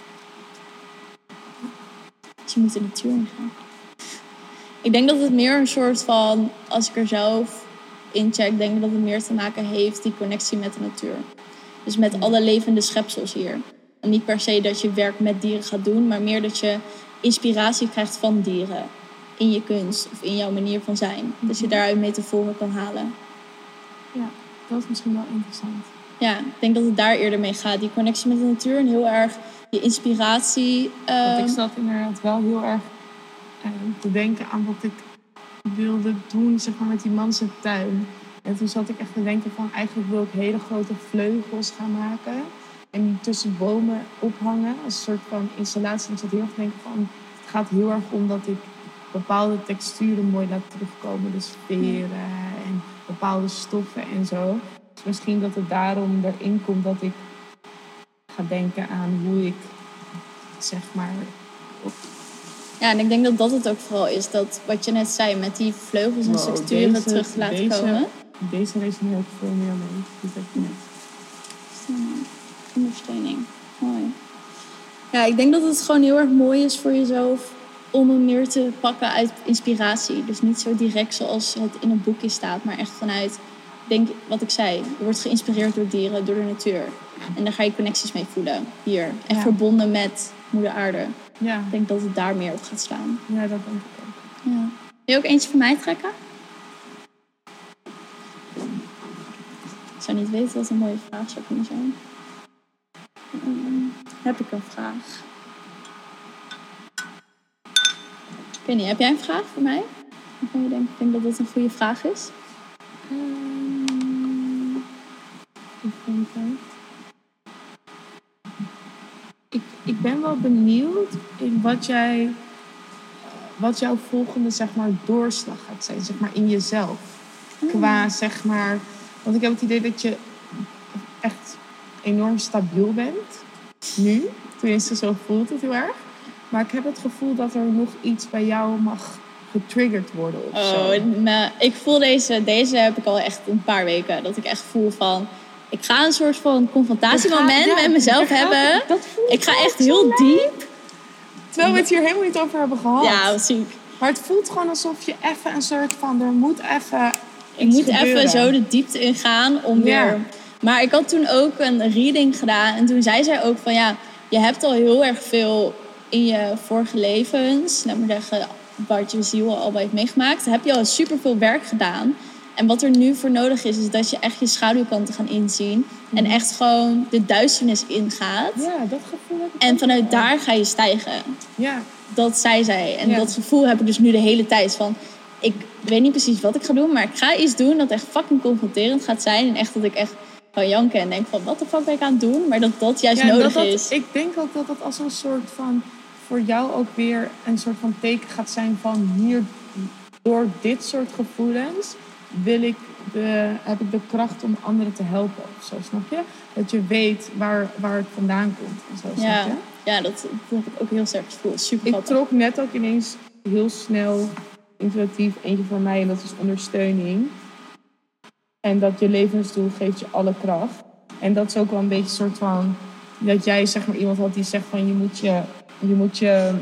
Dus je moet de natuur ingaan. Ik denk dat het meer een soort van, als ik er zelf in check, denk ik dat het meer te maken heeft, die connectie met de natuur. Dus met alle levende schepsels hier. En niet per se dat je werk met dieren gaat doen, maar meer dat je inspiratie krijgt van dieren. In je kunst of in jouw manier van zijn. Dat je daaruit metaforen kan halen. Ja, dat is misschien wel interessant. Ja, ik denk dat het daar eerder mee gaat. Die connectie met de natuur en heel erg je inspiratie. Want ik zat inderdaad wel heel erg te denken aan wat ik wilde doen, zeg maar, met die manse tuin. En toen zat ik echt te denken van, eigenlijk wil ik hele grote vleugels gaan maken. En die tussen bomen ophangen als een soort van installatie. En ik zat heel erg te denken van, het gaat heel erg om dat ik bepaalde texturen mooi laat terugkomen. Dus veren en bepaalde stoffen en zo. Dus misschien dat het daarom erin komt dat ik ga denken aan hoe ik, zeg maar... Ja, en ik denk dat dat het ook vooral is. Dat wat je net zei, met die vleugels en structuren terug te laten komen. Deze resoneer ik veel meer mee. Dus dat je ondersteuning. Mooi. Ja, ik denk dat het gewoon heel erg mooi is voor jezelf om hem meer te pakken uit inspiratie. Dus niet zo direct zoals het in een boekje staat, maar echt vanuit, denk wat ik zei, je wordt geïnspireerd door dieren, door de natuur. En daar ga je connecties mee voelen, hier. En verbonden met moeder aarde. Ja. Ik denk dat het daar meer op gaat slaan. Ja, dat denk ik ook. Ja. Wil je ook eentje van mij trekken? Ik zou niet weten wat een mooie vraag zou kunnen zijn. Heb ik een vraag? Ik weet niet, heb jij een vraag voor mij? Ik denk dat dat een goede vraag is. Ik ben wel benieuwd in wat jouw volgende, zeg maar, doorslag gaat zijn, zeg maar, in jezelf. Qua, zeg maar, want ik heb het idee dat je echt enorm stabiel bent. Nu, tenminste zo voelt het heel erg. Maar ik heb het gevoel dat er nog iets bij jou mag getriggerd worden of zo. Nou, ik voel deze heb ik al echt een paar weken. Dat ik echt voel van, ik ga een soort van confrontatiemoment met mezelf hebben. Ik ga echt heel diep. Terwijl we het hier helemaal niet over hebben gehad. Ja, wat ziek. Maar het voelt gewoon alsof je even een soort van, er moet even ik moet even zo de diepte ingaan om weer... Maar ik had toen ook een reading gedaan. En toen zei zij ook van, ja, je hebt al heel erg veel in je vorige levens, laat maar zeggen, wat je ziel al heeft meegemaakt, heb je al superveel werk gedaan. En wat er nu voor nodig is dat je echt je schaduwkanten gaan inzien. En echt gewoon de duisternis ingaat. Ja, dat gevoel heb ik. En vanuit daar ga je stijgen. Ja. Dat zei zij. En dat gevoel heb ik dus nu de hele tijd van, ik weet niet precies wat ik ga doen, maar ik ga iets doen dat echt fucking confronterend gaat zijn. En echt dat ik echt van janken en denk van, wat de fuck ben ik aan het doen? Maar dat juist nodig is. Ik denk ook dat het als een soort van, voor jou ook weer een soort van teken gaat zijn van, hier, door dit soort gevoelens heb ik de kracht om anderen te helpen of zo, snap je? Dat je weet waar het vandaan komt en zo, snap je? Ja, dat heb ik ook heel sterk gevoeld. Super ik grappig. trok net ook ineens heel snel intuïtief eentje voor mij en dat is ondersteuning. En dat je levensdoel geeft je alle kracht. En dat is ook wel een beetje een soort van, dat jij, zeg maar, iemand had die zegt van, je moet je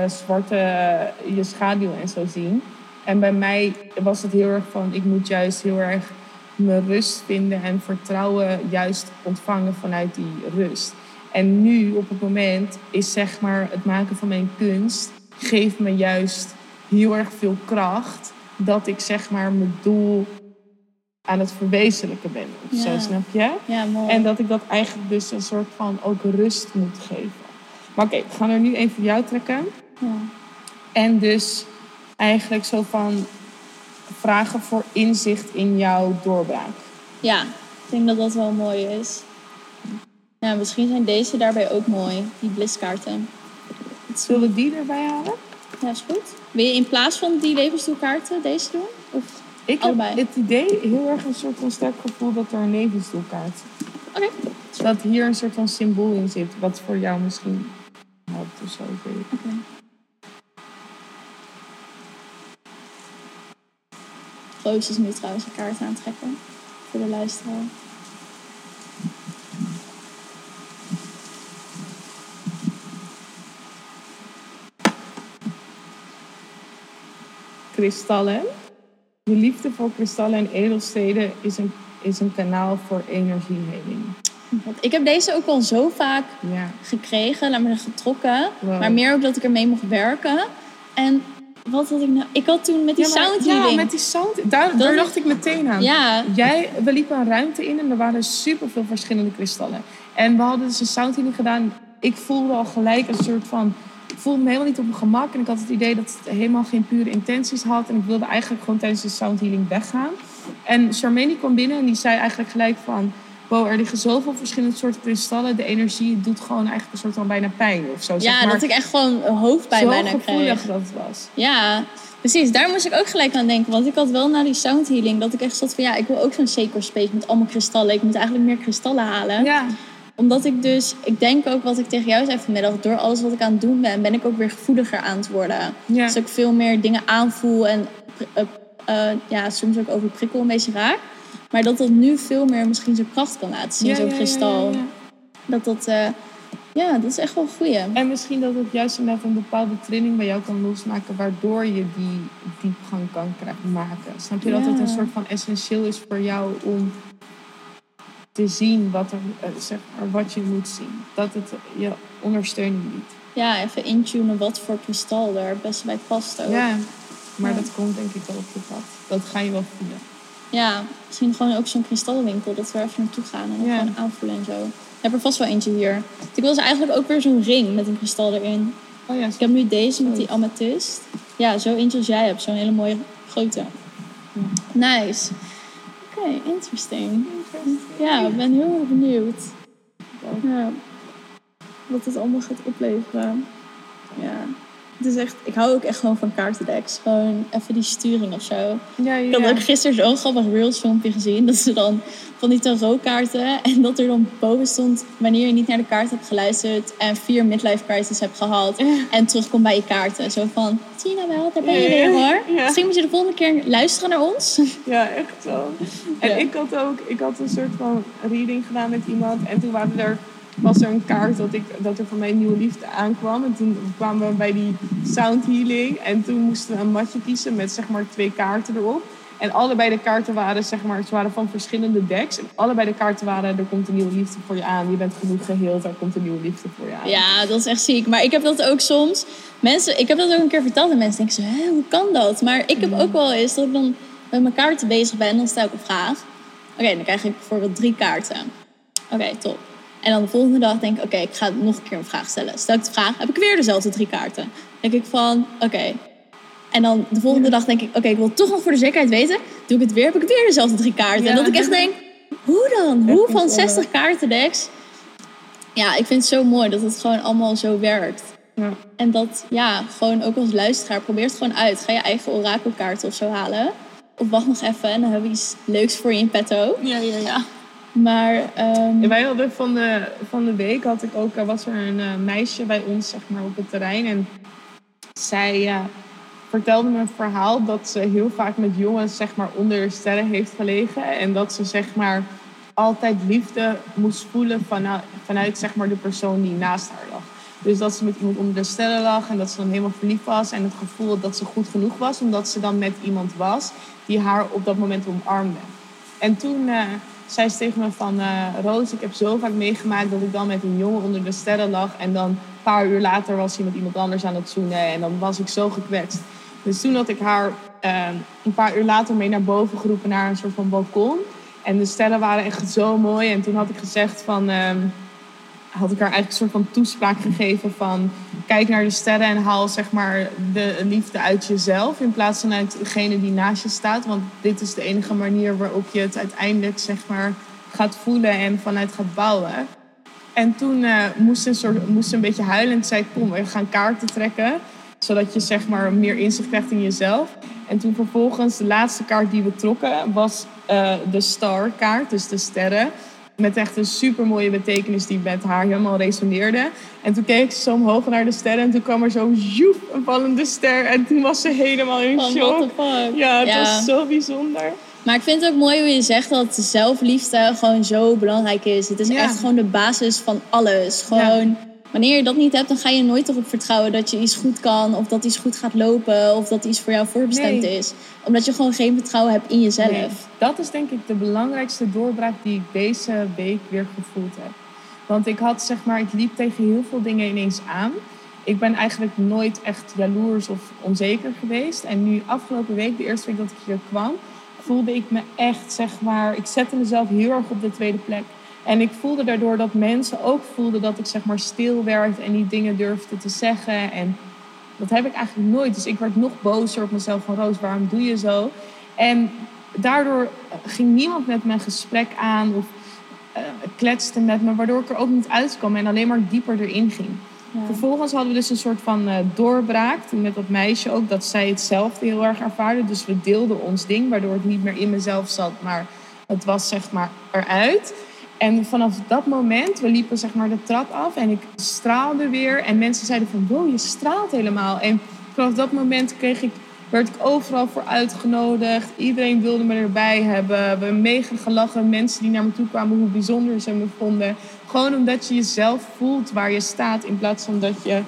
je schaduw en zo zien. En bij mij was het heel erg van, ik moet juist heel erg mijn rust vinden en vertrouwen juist ontvangen vanuit die rust. En nu, op het moment, is, zeg maar, het maken van mijn kunst geeft me juist heel erg veel kracht dat ik, zeg maar, mijn doel aan het verwezenlijken ben. Of zo, snap je? Ja, mooi. En dat ik dat eigenlijk dus een soort van ook rust moet geven. Maar oké, we gaan er nu even voor jou trekken. Ja. En dus eigenlijk zo van vragen voor inzicht in jouw doorbraak. Ja, ik denk dat dat wel mooi is. Ja, misschien zijn deze daarbij ook mooi, die blisskaarten. Zullen we die erbij halen? Ja, is goed. Wil je in plaats van die levensdoelkaarten deze doen? Of ik allebei? heb het idee, heel erg een soort van sterk gevoel dat er een levensdoelkaart is. Oké. Dat hier een soort van symbool in zit, wat voor jou misschien helpt of zo. Oké. Roos is nu trouwens een kaart aan het trekken. Voor de luisteraar. Kristallen. Je liefde voor kristallen en edelsteden is een kanaal voor energieheling. Ik heb deze ook al zo vaak gekregen, laat me zeggen getrokken. Wow. Maar meer ook dat ik ermee mocht werken. En wat had ik nou? Ik had toen met die sound healing. Ja, met die sound. Daar dacht ik meteen aan. Ja. We liepen een ruimte in en er waren superveel verschillende kristallen. En we hadden dus een sound healing gedaan. Ik voelde al gelijk een soort van... Ik voelde me helemaal niet op mijn gemak. En ik had het idee dat het helemaal geen pure intenties had. En ik wilde eigenlijk gewoon tijdens de sound healing weggaan. En Charmaine kwam binnen en die zei eigenlijk gelijk van... Wow, er liggen zoveel verschillende soorten kristallen. De energie doet gewoon eigenlijk een soort van bijna pijn of zo. Ja, zeg maar. Dat ik echt gewoon hoofdpijn bijna kreeg. Zo gevoelig dat het was. Ja, precies. Daar moest ik ook gelijk aan denken. Want ik had wel na die sound healing dat ik echt zat van... Ja, ik wil ook zo'n sacred space met allemaal kristallen. Ik moet eigenlijk meer kristallen halen. Ja. Omdat ik dus... Ik denk ook wat ik tegen jou zei vanmiddag. Door alles wat ik aan het doen ben ik ook weer gevoeliger aan het worden. Ja. Dus ik veel meer dingen aanvoel. En soms ook overprikkel een beetje raak. Maar dat nu veel meer misschien zijn kracht kan laten zien, zo'n kristal. Ja. Dat is echt wel een goeie. En misschien dat het juist net een bepaalde trilling bij jou kan losmaken... waardoor je die diepgang kan maken. Snap je dat het een soort van essentieel is voor jou om te zien wat je moet zien? Dat het je ondersteuning biedt. Ja, even intunen wat voor kristal er best bij past ook. Ja, maar dat komt denk ik wel op je pad. Dat ga je wel voelen. Ja, misschien gewoon ook zo'n kristallenwinkel. Dat we even naartoe gaan en dan gewoon aanvoelen en zo. Ik heb er vast wel eentje hier. Ik wil dus eigenlijk ook weer zo'n ring met een kristal erin. Oh ja, ik heb nu deze met die amethyst. Ja, zo eentje als jij hebt. Zo'n hele mooie grote. Nice. Oké, interesting. Ja, ik ben heel erg benieuwd. Ja, wat het allemaal gaat opleveren. Ja. Het is echt, ik hou ook echt gewoon van kaartendecks. Gewoon even die sturing of zo. Ja. Ik had ook gisteren zo'n grappig Reels filmpje gezien. Dat ze dan van die tarotkaarten. En dat er dan boven stond... wanneer je niet naar de kaart hebt geluisterd... en 4 midlife crisis hebt gehad... en terugkomt bij je kaarten. Zo van, zie je nou wel, daar ben je weer hoor. Ja. Misschien moet je de volgende keer luisteren naar ons. Ja, echt zo. En ik had een soort van reading gedaan met iemand. En toen was er een kaart dat er voor mij een nieuwe liefde aankwam. En toen kwamen we bij die sound healing. En toen moesten we een matje kiezen met zeg maar 2 kaarten erop. En allebei de kaarten waren, ze waren van verschillende decks. En allebei de kaarten waren, er komt een nieuwe liefde voor je aan. Je bent genoeg geheeld, er komt een nieuwe liefde voor je aan. Ja, dat is echt ziek. Maar ik heb dat ook soms... ik heb dat ook een keer verteld en mensen denken zo, hoe kan dat? Maar ik heb ook wel eens dat ik dan met mijn kaarten bezig ben. En dan stel ik een vraag. Oké, dan krijg ik bijvoorbeeld 3 kaarten. Oké, top. En dan de volgende dag denk ik, ik ga nog een keer een vraag stellen. Stel ik de vraag, heb ik weer dezelfde 3 kaarten? Dan denk ik van, En dan de volgende dag denk ik, ik wil toch nog voor de zekerheid weten. Doe ik het weer, heb ik weer dezelfde 3 kaarten. Ja. En dat ik echt denk, hoe dan? Hoe van 60 kaartendecks? Ja, ik vind het zo mooi dat het gewoon allemaal zo werkt. Ja. En dat, gewoon ook als luisteraar, probeer het gewoon uit. Ga je eigen orakelkaarten of zo halen. Of wacht nog even en dan hebben we iets leuks voor je in petto. Ja. Maar wij hadden van de week was er een meisje bij ons zeg maar, op het terrein. En zij vertelde me een verhaal dat ze heel vaak met jongens zeg maar, onder de sterren heeft gelegen. En dat ze zeg maar, altijd liefde moest voelen vanuit zeg maar, de persoon die naast haar lag. Dus dat ze met iemand onder de sterren lag en dat ze dan helemaal verliefd was. En het gevoel dat ze goed genoeg was omdat ze dan met iemand was die haar op dat moment omarmde. En toen... zei ze tegen me van, Roos, ik heb zo vaak meegemaakt dat ik dan met een jongen onder de sterren lag. En dan een paar uur later was hij met iemand anders aan het zoenen. En dan was ik zo gekwetst. Dus toen had ik haar een paar uur later mee naar boven geroepen naar een soort van balkon. En de sterren waren echt zo mooi. En toen had ik gezegd van... had ik haar eigenlijk een soort van toespraak gegeven van... kijk naar de sterren en haal zeg maar de liefde uit jezelf... in plaats van uit degene die naast je staat. Want dit is de enige manier waarop je het uiteindelijk zeg maar gaat voelen en vanuit gaat bouwen. En toen moest ze een beetje huilen en zei... kom, we gaan kaarten trekken, zodat je zeg maar meer inzicht krijgt in jezelf. En toen vervolgens de laatste kaart die we trokken was de star kaart, dus de sterren... met echt een super mooie betekenis die met haar helemaal resoneerde. En toen keek ze zo omhoog naar de sterren en toen kwam er zo joep, een vallende ster. En toen was ze helemaal in shock. What the fuck? Ja, het was zo bijzonder. Maar ik vind het ook mooi hoe je zegt dat zelfliefde gewoon zo belangrijk is. Het is echt gewoon de basis van alles. Gewoon, wanneer je dat niet hebt, dan ga je nooit erop vertrouwen dat je iets goed kan. Of dat iets goed gaat lopen. Of dat iets voor jou voorbestemd is. Omdat je gewoon geen vertrouwen hebt in jezelf. Nee, dat is denk ik de belangrijkste doorbraak die ik deze week weer gevoeld heb. Want ik liep tegen heel veel dingen ineens aan. Ik ben eigenlijk nooit echt jaloers of onzeker geweest. En nu afgelopen week, de eerste week dat ik hier kwam, voelde ik me echt, ik zette mezelf heel erg op de tweede plek. En ik voelde daardoor dat mensen ook voelden dat ik stil werd en die dingen durfde te zeggen. En dat heb ik eigenlijk nooit. Dus ik werd nog bozer op mezelf van Roos, waarom doe je zo? En daardoor ging niemand met me een gesprek aan of kletste met me, waardoor ik er ook niet uitkwam en alleen maar dieper erin ging. Ja. Vervolgens hadden we dus een soort van doorbraak. Toen met dat meisje ook, dat zij hetzelfde heel erg ervaarde. Dus we deelden ons ding, waardoor het niet meer in mezelf zat. Maar het was eruit. En vanaf dat moment, we liepen de trap af en ik straalde weer. En mensen zeiden van, wow, je straalt helemaal. En vanaf dat moment werd ik overal voor uitgenodigd. Iedereen wilde me erbij hebben. We hebben mega gelachen. Mensen die naar me toe kwamen, hoe bijzonder ze me vonden. Gewoon omdat je jezelf voelt waar je staat. In plaats van dat je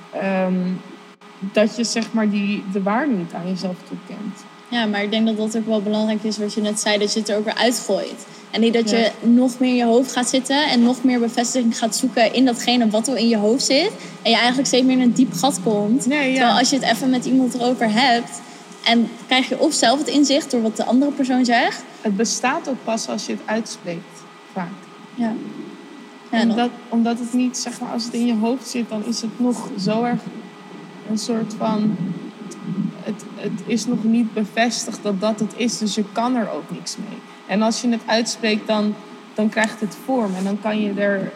de waarde niet aan jezelf toekent. Ja, maar ik denk dat dat ook wel belangrijk is wat je net zei. Dat je het er ook weer uitgooit. En niet dat je nog meer in je hoofd gaat zitten. En nog meer bevestiging gaat zoeken in datgene wat al in je hoofd zit. En je eigenlijk steeds meer in een diep gat komt. Terwijl als je het even met iemand erover hebt. En krijg je of zelf het inzicht door wat de andere persoon zegt. Het bestaat ook pas als je het uitspreekt. Vaak. Ja. Omdat het niet, als het in je hoofd zit, dan is het nog zo erg een soort van... Het is nog niet bevestigd dat het is, dus je kan er ook niks mee. En als je het uitspreekt, dan krijgt het vorm en dan kan je er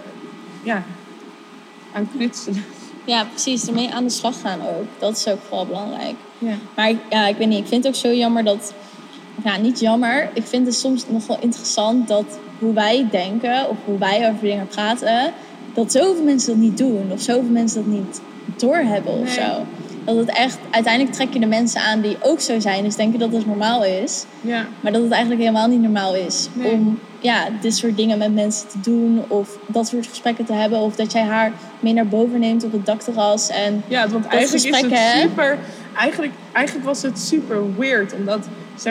aan knutselen. Ja, precies. Ermee aan de slag gaan ook. Dat is ook vooral belangrijk. Ja. Maar ik weet niet, ik vind het ook zo jammer dat... Ja, niet jammer. Ik vind het soms nog wel interessant dat hoe wij denken of hoe wij over dingen praten, dat zoveel mensen dat niet doen of zoveel mensen dat niet doorhebben of zo. Dat het echt, uiteindelijk trek je de mensen aan die ook zo zijn, dus denken dat het normaal is. Ja. Maar dat het eigenlijk helemaal niet normaal is om dit soort dingen met mensen te doen of dat soort gesprekken te hebben of dat jij haar mee naar boven neemt op het dakterras en want eigenlijk is het super... Eigenlijk was het super weird, omdat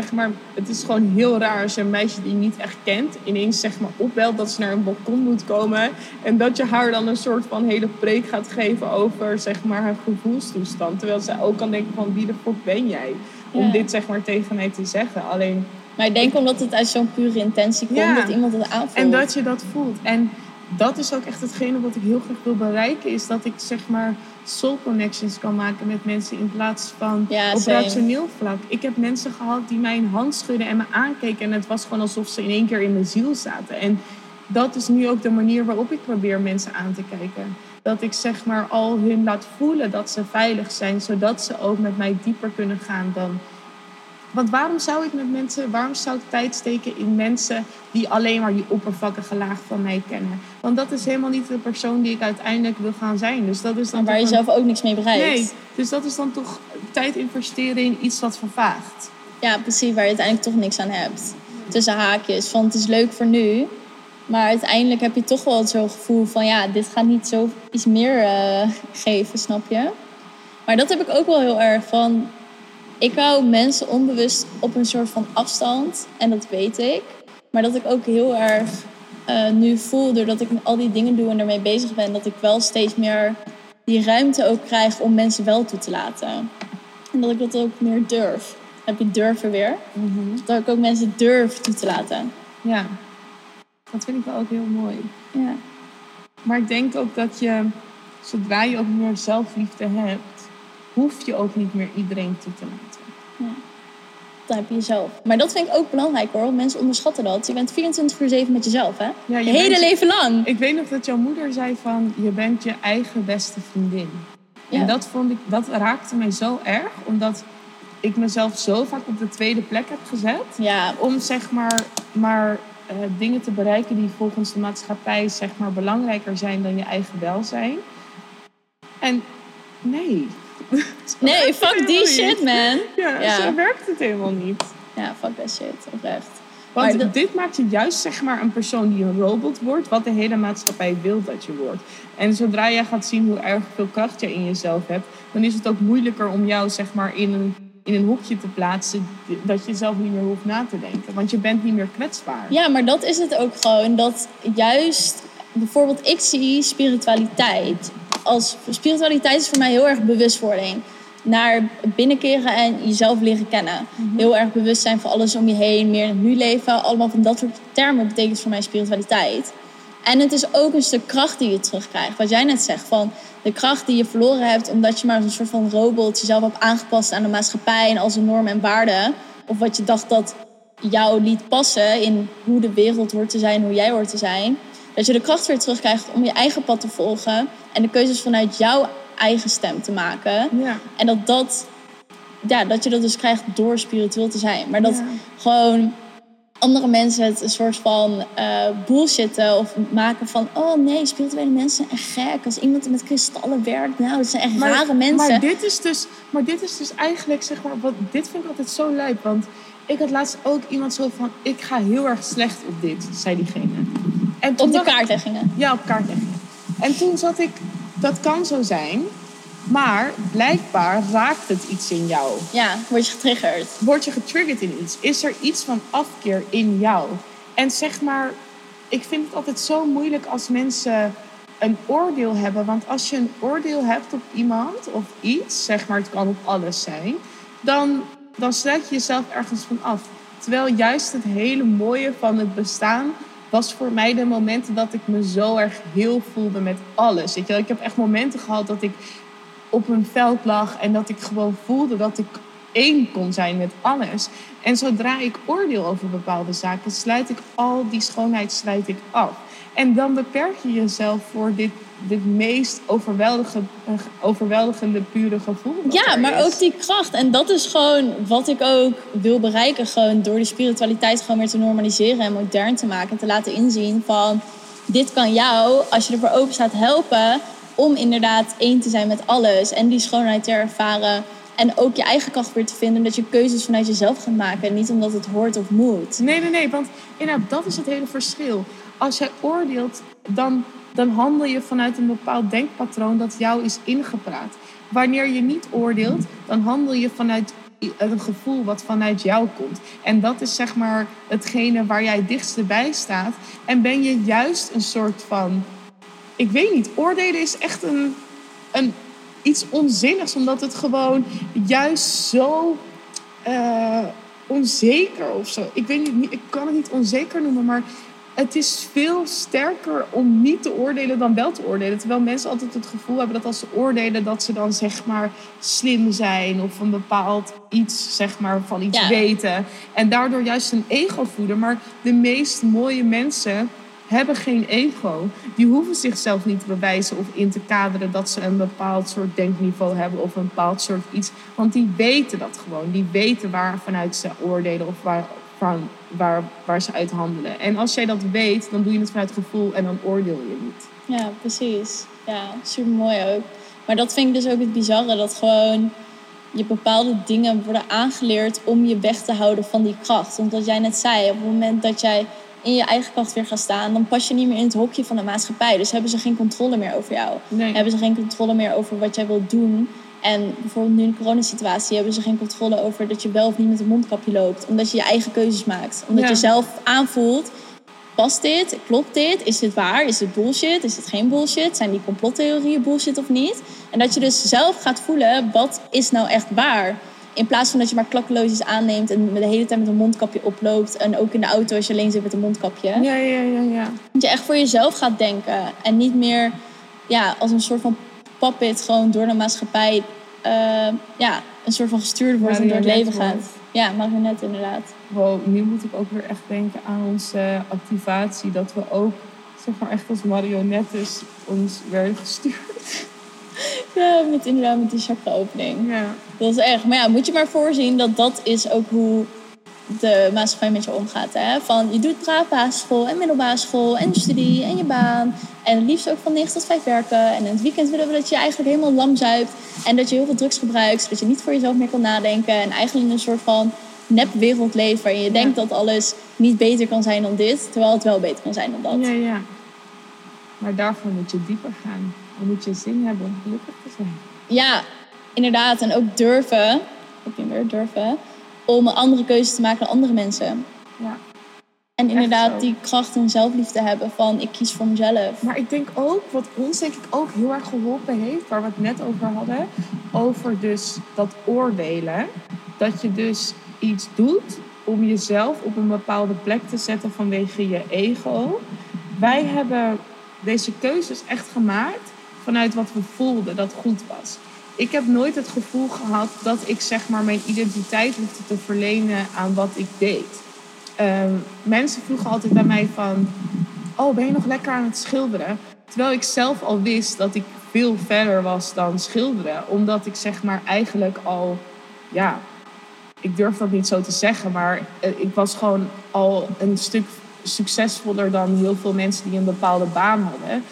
het is gewoon heel raar als je een meisje die je niet echt kent ineens opbelt dat ze naar een balkon moet komen en dat je haar dan een soort van hele preek gaat geven over haar gevoelstoestand, terwijl zij ook kan denken van wie de fuck ben jij om dit tegen mij te zeggen. Alleen, maar ik denk omdat het uit zo'n pure intentie komt dat iemand het aanvoelt en dat je dat voelt. En dat is ook echt hetgene wat ik heel graag wil bereiken, is dat ik soul connections kan maken met mensen in plaats van op rationeel vlak. Ik heb mensen gehad die mij een hand schudden en me aankeken en het was gewoon alsof ze in één keer in mijn ziel zaten. En dat is nu ook de manier waarop ik probeer mensen aan te kijken. Dat ik al hun laat voelen dat ze veilig zijn, zodat ze ook met mij dieper kunnen gaan dan... Want waarom zou ik tijd steken in mensen die alleen maar die oppervlakkige laag van mij kennen? Want dat is helemaal niet de persoon die ik uiteindelijk wil gaan zijn. Dus dat is dan waar je zelf ook niks mee bereikt. Nee, dus dat is dan toch tijd investeren in iets wat vervaagt. Ja, precies, waar je uiteindelijk toch niks aan hebt. Tussen haakjes, van het is leuk voor nu. Maar uiteindelijk heb je toch wel zo'n gevoel van dit gaat niet zo iets meer geven, snap je? Maar dat heb ik ook wel heel erg van... Ik hou mensen onbewust op een soort van afstand. En dat weet ik. Maar dat ik ook heel erg nu voel, doordat ik al die dingen doe en ermee bezig ben, dat ik wel steeds meer die ruimte ook krijg om mensen wel toe te laten. En dat ik dat ook meer durf. Dan heb je durven weer. Mm-hmm. Dat ik ook mensen durf toe te laten. Ja, dat vind ik wel ook heel mooi. Ja. Maar ik denk ook dat je, zodra je ook meer zelfliefde hebt, hoef je ook niet meer iedereen toe te laten. Ja. Dan heb je jezelf. Maar dat vind ik ook belangrijk hoor. Mensen onderschatten dat. Je bent 24/7 met jezelf, hè? Ja, je hele leven lang. Ik weet nog dat jouw moeder zei van... je bent je eigen beste vriendin. Ja. En dat raakte mij zo erg. Omdat ik mezelf zo vaak op de tweede plek heb gezet. Ja. Om maar dingen te bereiken die volgens de maatschappij zeg maar belangrijker zijn dan je eigen welzijn. En nee. Nee, fuck die shit, man. Ja, zo werkt het helemaal niet. Ja, fuck that shit, oprecht. Want dit maakt je juist zeg maar een persoon die een robot wordt, wat de hele maatschappij wil dat je wordt. En zodra jij gaat zien hoe erg veel kracht je in jezelf hebt, dan is het ook moeilijker om jou zeg maar in een hokje te plaatsen dat je zelf niet meer hoeft na te denken. Want je bent niet meer kwetsbaar. Ja, maar dat is het ook gewoon. Dat juist, bijvoorbeeld ik zie spiritualiteit. Spiritualiteit is voor mij heel erg bewustwording. Naar binnenkeren en jezelf leren kennen. Mm-hmm. Heel erg bewust zijn van alles om je heen. Meer in het nu leven. Allemaal van dat soort termen betekent voor mij spiritualiteit. En het is ook een stuk kracht die je terugkrijgt. Wat jij net zegt, van de kracht die je verloren hebt omdat je maar als een soort van robot jezelf hebt aangepast aan de maatschappij en al zijn normen en waarden. Of wat je dacht dat jou liet passen in hoe de wereld hoort te zijn, hoe jij hoort te zijn. Dat je de kracht weer terugkrijgt om je eigen pad te volgen en de keuzes vanuit jouw eigen stem te maken. Ja. En dat je dat dus krijgt door spiritueel te zijn. Maar dat gewoon andere mensen het een soort van bullshitten of maken van, oh nee, spirituele mensen zijn echt gek. Als iemand met kristallen werkt, nou, dat zijn echt rare mensen. Maar dit is dus eigenlijk, zeg maar, dit vind ik altijd zo lijp. Want ik had laatst ook iemand zo van, ik ga heel erg slecht op dit, zei diegene. En op de kaartleggingen? Ja, op kaartleggingen. En toen zat ik, dat kan zo zijn, maar blijkbaar raakt het iets in jou. Ja, word je getriggerd. Word je getriggerd in iets? Is er iets van afkeer in jou? En zeg maar, ik vind het altijd zo moeilijk als mensen een oordeel hebben. Want als je een oordeel hebt op iemand of iets, zeg maar, het kan op alles zijn, dan sluit je jezelf ergens van af. Terwijl juist het hele mooie van het bestaan was voor mij de momenten dat ik me zo erg heel voelde met alles. Weet je wel? Ik heb echt momenten gehad dat ik op een veld lag en dat ik gewoon voelde dat ik één kon zijn met alles. En zodra ik oordeel over bepaalde zaken, sluit ik al die schoonheid af. En dan beperk je jezelf voor dit meest overweldigende pure gevoel. Ja, maar ook die kracht. En dat is gewoon wat ik ook wil bereiken. Gewoon door die spiritualiteit gewoon weer te normaliseren en modern te maken. En te laten inzien van, dit kan jou, als je ervoor open staat, helpen om inderdaad één te zijn met alles. En die schoonheid te ervaren. En ook je eigen kracht weer te vinden. Dat je keuzes vanuit jezelf gaat maken. En niet omdat het hoort of moet. Nee. Want inderdaad, dat is het hele verschil. Als jij oordeelt, dan handel je vanuit een bepaald denkpatroon dat jou is ingepraat. Wanneer je niet oordeelt, dan handel je vanuit een gevoel wat vanuit jou komt. En dat is zeg maar hetgene waar jij het dichtst bij staat. En ben je juist een soort van, ik weet niet, oordelen is echt een iets onzinnigs. Omdat het gewoon juist zo onzeker of zo. Ik weet niet, ik kan het niet onzeker noemen, maar het is veel sterker om niet te oordelen dan wel te oordelen. Terwijl mensen altijd het gevoel hebben dat als ze oordelen, dat ze dan zeg maar slim zijn of een bepaald iets zeg maar van iets weten. En daardoor juist een ego voeden. Maar de meest mooie mensen hebben geen ego. Die hoeven zichzelf niet te bewijzen of in te kaderen dat ze een bepaald soort denkniveau hebben of een bepaald soort iets. Want die weten dat gewoon. Die weten waar vanuit ze oordelen of waar ze uit handelen. En als jij dat weet, dan doe je het vanuit gevoel en dan oordeel je niet. Ja, precies. Ja, super mooi ook. Maar dat vind ik dus ook het bizarre, dat gewoon je bepaalde dingen worden aangeleerd om je weg te houden van die kracht. Want wat jij net zei, op het moment dat jij in je eigen kracht weer gaat staan, dan pas je niet meer in het hokje van de maatschappij. Dus hebben ze geen controle meer over jou. Nee. Hebben ze geen controle meer over wat jij wilt doen. En bijvoorbeeld nu in de coronasituatie hebben ze geen controle over dat je wel of niet met een mondkapje loopt. Omdat je je eigen keuzes maakt. Omdat je zelf aanvoelt, past dit? Klopt dit? Is dit waar? Is dit bullshit? Is dit geen bullshit? Zijn die complottheorieën bullshit of niet? En dat je dus zelf gaat voelen, wat is nou echt waar? In plaats van dat je maar klakkeloos iets aanneemt en de hele tijd met een mondkapje oploopt. En ook in de auto als je alleen zit met een mondkapje. Ja. Dat je echt voor jezelf gaat denken. En niet meer als een soort van puppet gewoon door de maatschappij een soort van gestuurd wordt en door het leven gaat. Ja, marionet inderdaad. Wow, nu moet ik ook weer echt denken aan onze activatie. Dat we ook zeg maar echt als marionettes ons werden gestuurd. Ja, met die chakra-opening. Ja. Dat is echt. Maar ja, moet je maar voorzien dat is ook hoe de maatschappij met je omgaat. Hè? Van je doet braaf basisschool en middelbare school en studie en je baan. En het liefst ook van 9 tot 5 werken. En in het weekend willen we dat je eigenlijk helemaal lam zuipt. En dat je heel veel drugs gebruikt. Zodat je niet voor jezelf meer kan nadenken. En eigenlijk in een soort van nepwereld leeft. Waarin je denkt dat alles niet beter kan zijn dan dit. Terwijl het wel beter kan zijn dan dat. Ja. Maar daarvoor moet je dieper gaan. Dan moet je zin hebben om gelukkig te zijn. Ja, inderdaad. En ook durven. Om een andere keuzes te maken dan andere mensen. Ja. En inderdaad die kracht en zelfliefde hebben van ik kies voor mezelf. Maar ik denk ook, wat ons denk ik ook heel erg geholpen heeft, waar we het net over hadden, over dus dat oordelen. Dat je dus iets doet om jezelf op een bepaalde plek te zetten vanwege je ego. Wij hebben deze keuzes echt gemaakt vanuit wat we voelden dat goed was. Ik heb nooit het gevoel gehad dat ik zeg maar mijn identiteit hoefde te verlenen aan wat ik deed. Mensen vroegen altijd bij mij van, oh, ben je nog lekker aan het schilderen? Terwijl ik zelf al wist dat ik veel verder was dan schilderen. Omdat ik zeg maar eigenlijk al, ja, ik durf dat niet zo te zeggen, maar ik was gewoon al een stuk succesvoller dan heel veel mensen die een bepaalde baan hadden.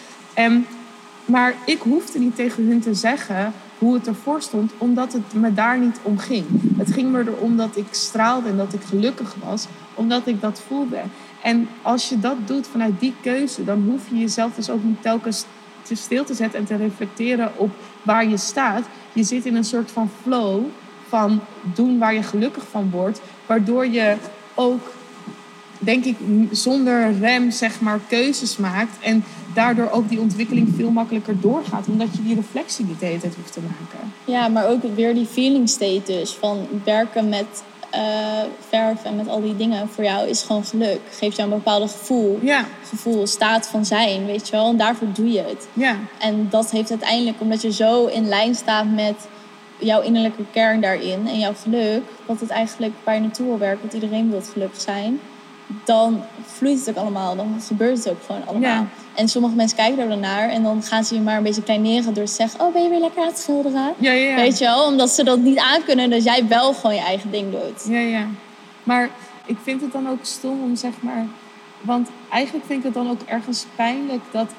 Maar ik hoefde niet tegen hun te zeggen hoe het ervoor stond, omdat het me daar niet om ging. Het ging me erom dat ik straalde en dat ik gelukkig was, omdat ik dat voelde. En als je dat doet vanuit die keuze, dan hoef je jezelf dus ook niet telkens stil te zetten en te reflecteren op waar je staat. Je zit in een soort van flow van doen waar je gelukkig van wordt, waardoor je ook, denk ik, zonder rem zeg maar keuzes maakt en daardoor ook die ontwikkeling veel makkelijker doorgaat, omdat je die reflectie niet de hele tijd hoeft te maken. Ja, maar ook weer die feeling state dus van werken met verf en met al die dingen voor jou is gewoon geluk. Geeft jou een bepaald gevoel, staat van zijn, weet je wel. En daarvoor doe je het. Ja. En dat heeft uiteindelijk, omdat je zo in lijn staat met jouw innerlijke kern daarin en jouw geluk, wat het eigenlijk waar je naartoe wil werken, want iedereen wil gelukkig zijn, dan vloeit het ook allemaal. Dan gebeurt het ook gewoon allemaal. Ja. En sommige mensen kijken er dan naar en dan gaan ze je maar een beetje kleineren door te zeggen, oh, ben je weer lekker aan het schilderen? Ja. Weet je wel, omdat ze dat niet aankunnen, dat jij wel gewoon je eigen ding doet. Ja. Maar ik vind het dan ook stom om zeg maar, want eigenlijk vind ik het dan ook ergens pijnlijk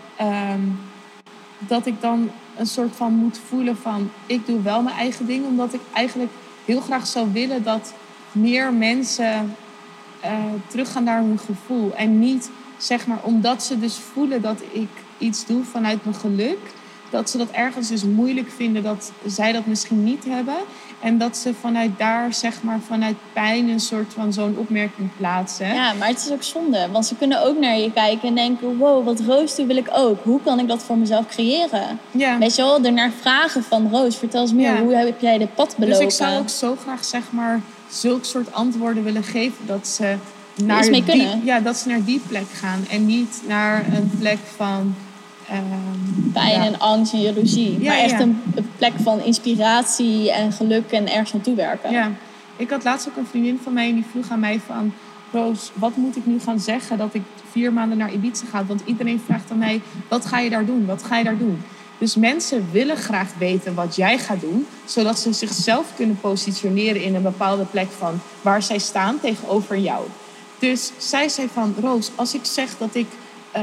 dat ik dan een soort van moet voelen van, ik doe wel mijn eigen ding, omdat ik eigenlijk heel graag zou willen dat meer mensen teruggaan naar hun gevoel. En niet, zeg maar, omdat ze dus voelen dat ik iets doe vanuit mijn geluk, dat ze dat ergens dus moeilijk vinden dat zij dat misschien niet hebben. En dat ze vanuit daar, zeg maar, vanuit pijn een soort van zo'n opmerking plaatsen. Ja, maar het is ook zonde. Want ze kunnen ook naar je kijken en denken, wow, wat Roos doet wil ik ook. Hoe kan ik dat voor mezelf creëren? Ja. Weet je wel, ernaar vragen van, Roos, vertel eens meer. Ja. Hoe heb jij dit pad belopen? Dus ik zou ook zo graag, zeg maar, zulk soort antwoorden willen geven dat ze naar dat ze naar die plek gaan. En niet naar een plek van pijn en angst en jaloezie. Maar echt een plek van inspiratie en geluk en ergens naartoe werken. Ja, ik had laatst ook een vriendin van mij en die vroeg aan mij van, Roos, wat moet ik nu gaan zeggen dat ik 4 maanden naar Ibiza ga? Want iedereen vraagt aan mij, wat ga je daar doen? Wat ga je daar doen? Dus mensen willen graag weten wat jij gaat doen, zodat ze zichzelf kunnen positioneren in een bepaalde plek van waar zij staan tegenover jou. Dus zij zei van, Roos, als ik zeg dat ik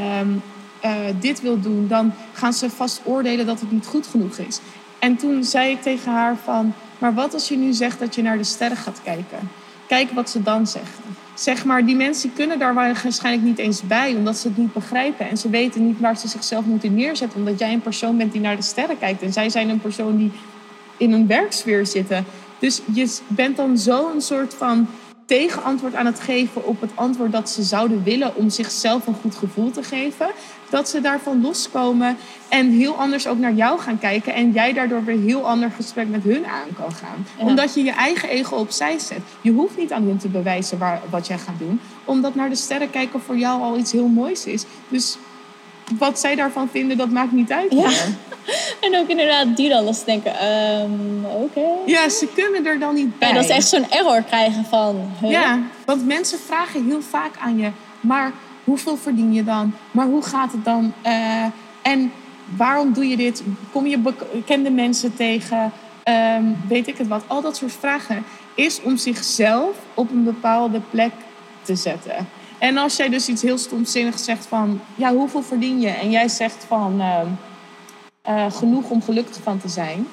dit wil doen, dan gaan ze vast oordelen dat het niet goed genoeg is. En toen zei ik tegen haar van, maar wat als je nu zegt dat je naar de sterren gaat kijken? Kijk wat ze dan zeggen. Zeg maar, die mensen kunnen daar waarschijnlijk niet eens bij, omdat ze het niet begrijpen. En ze weten niet waar ze zichzelf moeten neerzetten, omdat jij een persoon bent die naar de sterren kijkt. En zij zijn een persoon die in een werksfeer zitten. Dus je bent dan zo een soort van tegenantwoord aan het geven op het antwoord dat ze zouden willen om zichzelf een goed gevoel te geven. Dat ze daarvan loskomen en heel anders ook naar jou gaan kijken. En jij daardoor weer heel ander gesprek met hun aan kan gaan. Ja. Omdat je je eigen ego opzij zet. Je hoeft niet aan hun te bewijzen wat jij gaat doen. Omdat naar de sterren kijken voor jou al iets heel moois is. Dus wat zij daarvan vinden, dat maakt niet uit. Ja. En ook inderdaad die dan als denken, oké. Ja, ze kunnen er dan niet bij. Ja, dat is echt zo'n error krijgen van. Ja, want mensen vragen heel vaak aan je, maar hoeveel verdien je dan? Maar hoe gaat het dan? En waarom doe je dit? Kom je bekende mensen tegen? Weet ik het wat? Al dat soort vragen. is om zichzelf op een bepaalde plek te zetten. En als jij dus iets heel stomzinnigs zegt van... ja, hoeveel verdien je? En jij zegt van... genoeg om gelukkig van te zijn...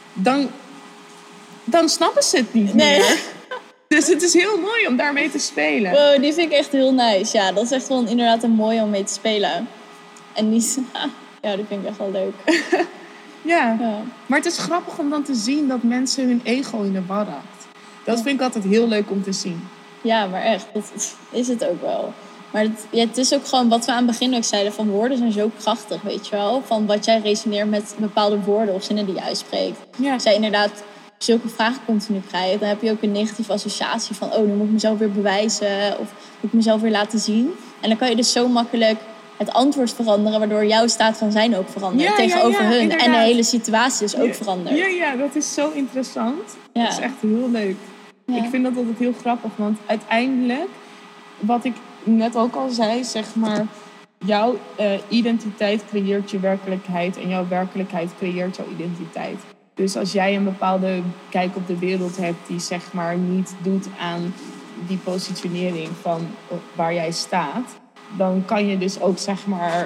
dan snappen ze het niet meer. Dus het is heel mooi om daarmee te spelen. Wow, die vind ik echt heel nice. Ja, dat is echt wel inderdaad een mooie om mee te spelen. En niet... Ja, die vind ik echt wel leuk. Ja, maar het is grappig om dan te zien dat mensen hun ego in de war raakt. Dat vind ik altijd heel leuk om te zien. Ja, maar echt, dat is het ook wel. Maar het is ook gewoon wat we aan het begin ook zeiden... van woorden zijn zo krachtig, weet je wel. Van wat jij resoneert met bepaalde woorden of zinnen die je uitspreekt. Ja. Als jij inderdaad zulke vragen continu krijgt... dan heb je ook een negatieve associatie van... oh, nu moet ik mezelf weer bewijzen of moet ik mezelf weer laten zien. En dan kan je dus zo makkelijk het antwoord veranderen... waardoor jouw staat van zijn ook verandert tegenover hun. Inderdaad. En de hele situatie is ook veranderd. Ja, dat is zo interessant. Ja. Dat is echt heel leuk. Ja. Ik vind dat altijd heel grappig, want uiteindelijk... wat ik net ook al zei, zeg maar... jouw identiteit creëert je werkelijkheid... en jouw werkelijkheid creëert jouw identiteit. Dus als jij een bepaalde kijk op de wereld hebt... die zeg maar niet doet aan die positionering van waar jij staat... dan kan je dus ook zeg maar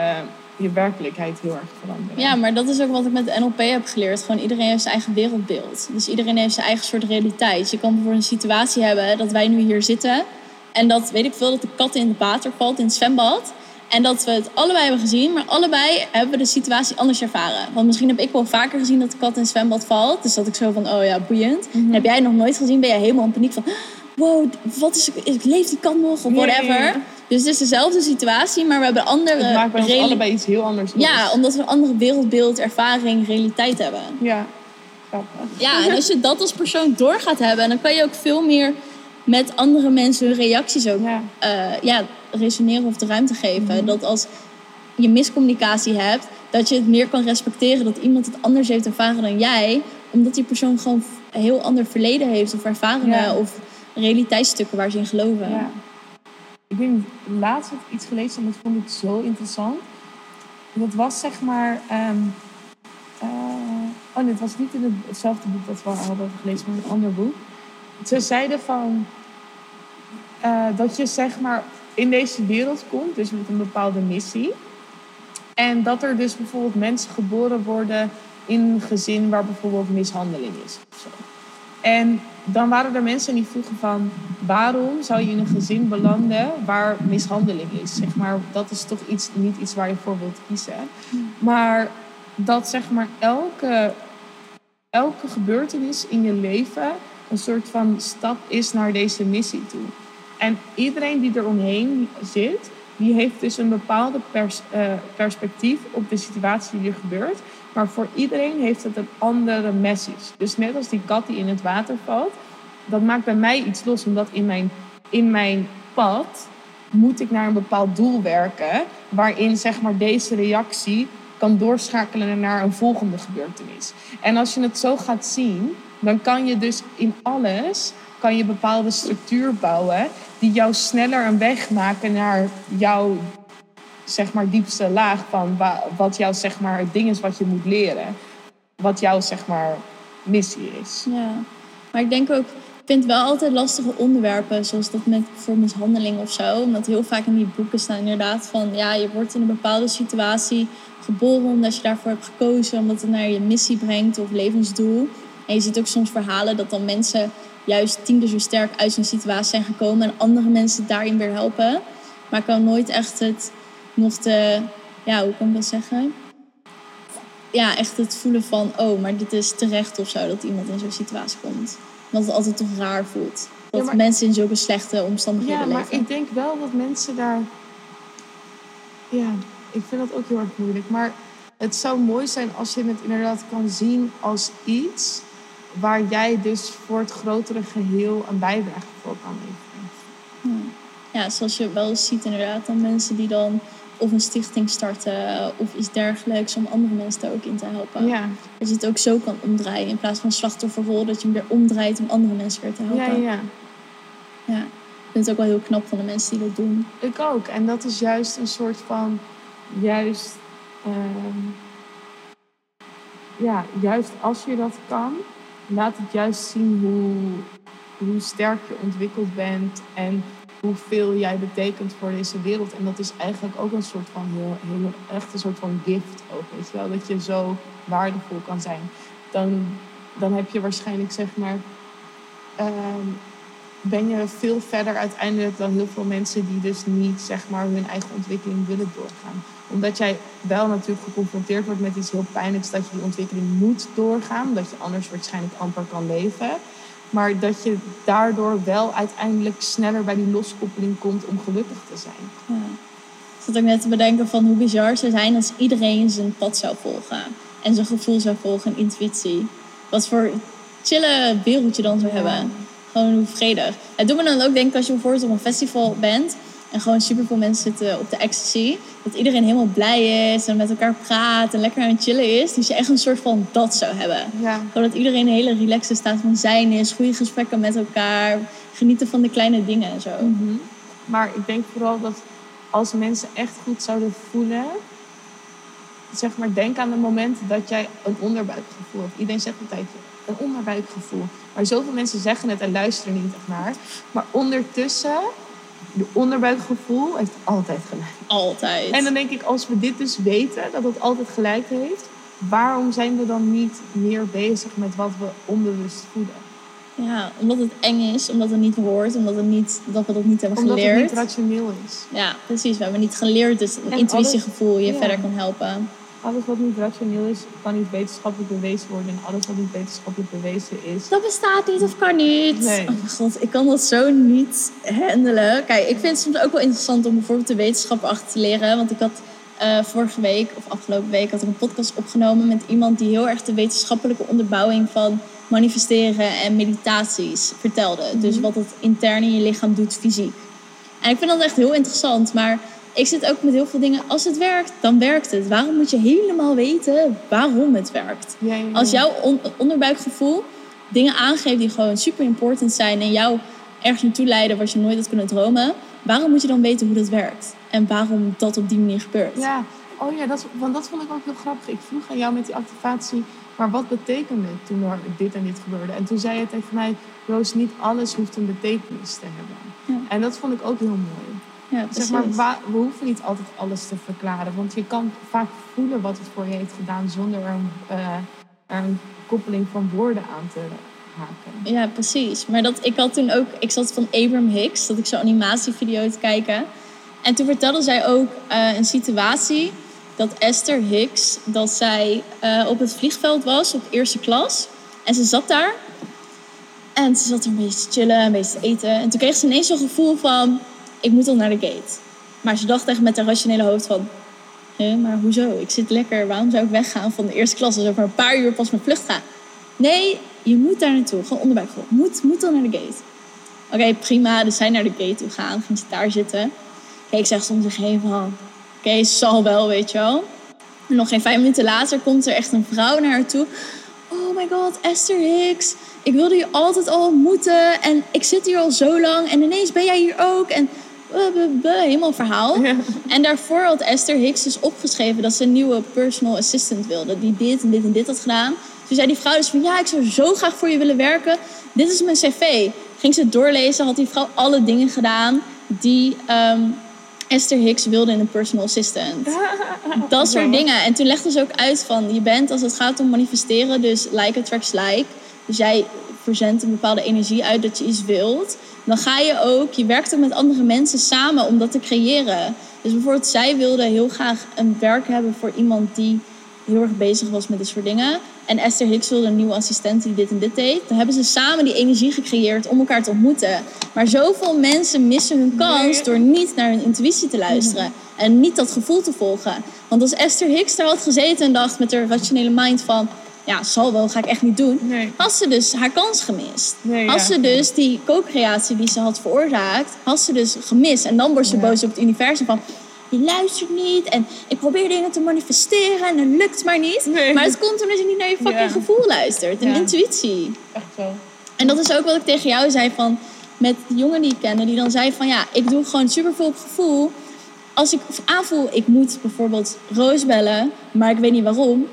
je werkelijkheid heel erg veranderen. Ja, maar dat is ook wat ik met de NLP heb geleerd. Gewoon iedereen heeft zijn eigen wereldbeeld. Dus iedereen heeft zijn eigen soort realiteit. Je kan bijvoorbeeld een situatie hebben dat wij nu hier zitten... en dat, weet ik veel, dat de kat in het water valt in het zwembad... en dat we het allebei hebben gezien... maar allebei hebben we de situatie anders ervaren. Want misschien heb ik wel vaker gezien dat de kat in het zwembad valt... dus dat ik zo van, oh ja, boeiend. En heb jij het nog nooit gezien, ben jij helemaal in paniek van... wow, wat is, leeft die kat nog? Of whatever. Ja. Dus het is dezelfde situatie, maar we hebben andere... Het maakt bij ons allebei iets heel anders los. Ja, omdat we een andere wereldbeeld, ervaring, realiteit hebben. Ja, grappig. Ja, en als je dat als persoon door gaat hebben... dan kan je ook veel meer met andere mensen hun reacties ook resoneren of de ruimte geven. Dat als je miscommunicatie hebt, dat je het meer kan respecteren... dat iemand het anders heeft ervaren dan jij... omdat die persoon gewoon een heel ander verleden heeft... of ervaringen of realiteitsstukken waar ze in geloven. Ja. Ik denk, laatst had ik iets gelezen en dat vond ik zo interessant. Dat was zeg maar... nee, het was niet in hetzelfde boek dat we hadden gelezen, maar een ander boek. Ze zeiden van... dat je zeg maar in deze wereld komt, dus met een bepaalde missie. En dat er dus bijvoorbeeld mensen geboren worden in een gezin waar bijvoorbeeld mishandeling is. Of zo. En dan waren er mensen die vroegen van... waarom zou je in een gezin belanden waar mishandeling is? Zeg maar, dat is toch niet iets waar je voor wilt kiezen. Maar dat zeg maar elke gebeurtenis in je leven... een soort van stap is naar deze missie toe. En iedereen die er omheen zit... die heeft dus een bepaalde perspectief op de situatie die er gebeurt... Maar voor iedereen heeft het een andere message. Dus net als die kat die in het water valt... dat maakt bij mij iets los. Omdat in mijn pad moet ik naar een bepaald doel werken... waarin zeg maar deze reactie kan doorschakelen naar een volgende gebeurtenis. En als je het zo gaat zien... dan kan je dus in alles bepaalde structuur bouwen... die jou sneller een weg maken naar jouw... zeg maar diepste laag van wat jouw zeg maar het ding is wat je moet leren. Wat jouw zeg maar missie is. Ja, maar ik denk ook, ik vind wel altijd lastige onderwerpen, zoals dat met voor mishandeling of zo. Omdat heel vaak in die boeken staan inderdaad van, ja, je wordt in een bepaalde situatie geboren omdat je daarvoor hebt gekozen, omdat het naar je missie brengt of levensdoel. En je ziet ook soms verhalen dat dan mensen juist 10 keer zo sterk uit zo'n situatie zijn gekomen en andere mensen daarin weer helpen. Maar ik kan nooit echt het nog de, ja, hoe kan ik dat zeggen? Ja, echt het voelen van, oh, maar dit is terecht of zo, dat iemand in zo'n situatie komt. Want het altijd toch raar voelt. Dat mensen in zulke slechte omstandigheden leven. Ja, maar ik denk wel dat mensen daar... Ja, ik vind dat ook heel erg moeilijk. Maar het zou mooi zijn als je het inderdaad kan zien als iets... waar jij dus voor het grotere geheel een bijdrage voor kan leveren. Ja, zoals je wel eens ziet inderdaad, dan mensen die dan of een stichting starten of iets dergelijks om andere mensen daar ook in te helpen. Ja. Dat je het ook zo kan omdraaien in plaats van slachtofferrol, dat je hem weer omdraait om andere mensen weer te helpen. Ja. Ik vind het ook wel heel knap van de mensen die dat doen. Ik ook. En dat is juist een soort van, juist als je dat kan, laat het juist zien hoe sterk je ontwikkeld bent en hoeveel jij betekent voor deze wereld. En dat is eigenlijk ook een soort van heel echt een soort van gift ook, weet je wel. Dat je zo waardevol kan zijn. Dan heb je waarschijnlijk, zeg maar, ben je veel verder uiteindelijk dan heel veel mensen die dus niet, zeg maar, hun eigen ontwikkeling willen doorgaan. Omdat jij wel natuurlijk geconfronteerd wordt met iets heel pijnlijks, dat je die ontwikkeling moet doorgaan, dat je anders waarschijnlijk amper kan leven. Maar dat je daardoor wel uiteindelijk sneller bij die loskoppeling komt om gelukkig te zijn. Ja. Ik zat ook net te bedenken van hoe bizar zou zijn als iedereen zijn pad zou volgen. En zijn gevoel zou volgen en intuïtie. Wat voor chille wereld je dan zou hebben. Gewoon hoe vredig. Het doet me dan ook denken als je bijvoorbeeld op een festival bent en gewoon superveel mensen zitten op de ecstasy. Dat iedereen helemaal blij is en met elkaar praat en lekker aan het chillen is. Dus je echt een soort van dat zou hebben. Ja. Gewoon dat iedereen een hele relaxe staat van zijn is. Goede gesprekken met elkaar. Genieten van de kleine dingen en zo. Mm-hmm. Maar ik denk vooral dat als mensen echt goed zouden voelen, zeg maar, denk aan de momenten dat jij een onderbuikgevoel hebt. Iedereen zegt altijd een onderbuikgevoel. Maar zoveel mensen zeggen het en luisteren niet echt naar. Maar ondertussen, de onderbuikgevoel heeft altijd gelijk. Altijd. En dan denk ik, als we dit dus weten, dat het altijd gelijk heeft, waarom zijn we dan niet meer bezig met wat we onbewust voelen? Ja, omdat het eng is, omdat het niet hoort, dat we dat niet hebben geleerd. Omdat het niet rationeel is. Ja, precies. We hebben niet geleerd, dus een intuïtiegevoel je verder kan helpen. Alles wat niet rationeel is, kan niet wetenschappelijk bewezen worden. En alles wat niet wetenschappelijk bewezen is, Dat bestaat niet of kan niet. Nee. Oh mijn god, ik kan dat zo niet handelen. Kijk, ik vind het soms ook wel interessant om bijvoorbeeld de wetenschap achter te leren. Want ik had vorige week, of afgelopen week, had ik een podcast opgenomen met iemand die heel erg de wetenschappelijke onderbouwing van manifesteren en meditaties vertelde. Mm-hmm. Dus wat het intern in je lichaam doet, fysiek. En ik vind dat echt heel interessant, maar ik zit ook met heel veel dingen. Als het werkt, dan werkt het. Waarom moet je helemaal weten waarom het werkt? Ja. Als jouw onderbuikgevoel dingen aangeeft die gewoon super important zijn en jou ergens naartoe leiden wat je nooit had kunnen dromen, waarom moet je dan weten hoe dat werkt? En waarom dat op die manier gebeurt? Ja, want dat vond ik ook heel grappig. Ik vroeg aan jou met die activatie, maar wat betekende het toen er dit en dit gebeurde? En toen zei je tegen mij, Roos, niet alles hoeft een betekenis te hebben. Ja. En dat vond ik ook heel mooi. Ja, zeg maar, we hoeven niet altijd alles te verklaren. Want je kan vaak voelen wat het voor je heeft gedaan zonder er een koppeling van woorden aan te haken. Ja, precies. Maar ik zat van Abraham Hicks, dat ik zo'n animatievideo te kijken. En toen vertelde zij ook een situatie dat Esther Hicks, dat zij op het vliegveld was, op eerste klas. En ze zat daar. En ze zat er een beetje te chillen, een beetje te eten. En toen kreeg ze ineens zo'n gevoel van, ik moet al naar de gate. Maar ze dacht echt met haar rationele hoofd van, maar hoezo? Ik zit lekker, waarom zou ik weggaan van de eerste klas als over een paar uur pas mijn vlucht ga? Nee, je moet daar naartoe. Gewoon onderbuikgevoel. Moet dan naar de gate. Oké, prima. Dus zij naar de gate toe gaan. Ging ze daar zitten. Kijk, zegt ze om zich heen van, oké, zal wel, weet je wel. En nog geen 5 minuten later komt er echt een vrouw naar haar toe. Oh my god, Esther Hicks. Ik wilde je altijd al ontmoeten. En ik zit hier al zo lang. En ineens ben jij hier ook. En helemaal een verhaal. Ja. En daarvoor had Esther Hicks dus opgeschreven dat ze een nieuwe personal assistant wilde. Die dit en dit en dit had gedaan. Toen zei die vrouw dus van, ja, ik zou zo graag voor je willen werken. Dit is mijn cv. Ging ze het doorlezen, had die vrouw alle dingen gedaan die Esther Hicks wilde in een personal assistant. Dat soort dingen. En toen legde ze ook uit van, je bent, als het gaat om manifesteren, dus like attracts like. Dus jij verzendt een bepaalde energie uit dat je iets wilt. Dan ga je werkt ook met andere mensen samen om dat te creëren. Dus bijvoorbeeld, zij wilde heel graag een werk hebben voor iemand die heel erg bezig was met dit soort dingen. En Esther Hicks wilde een nieuwe assistent die dit en dit deed. Dan hebben ze samen die energie gecreëerd om elkaar te ontmoeten. Maar zoveel mensen missen hun kans door niet naar hun intuïtie te luisteren. En niet dat gevoel te volgen. Want als Esther Hicks daar had gezeten en dacht met haar rationele mind van, ja, zal wel, ga ik echt niet doen. Had ze dus haar kans gemist. Had ze dus die co-creatie die ze had veroorzaakt, had ze dus gemist. En dan wordt ze boos op het universum van, je luistert niet en ik probeer dingen te manifesteren en het lukt maar niet. Maar het komt omdat je niet naar je fucking gevoel luistert. En intuïtie. Echt zo. En dat is ook wat ik tegen jou zei van, met de jongen die ik kende, die dan zei van, ja, ik doe gewoon superveel op gevoel. Als ik aanvoel, ik moet bijvoorbeeld Roos bellen, maar ik weet niet waarom,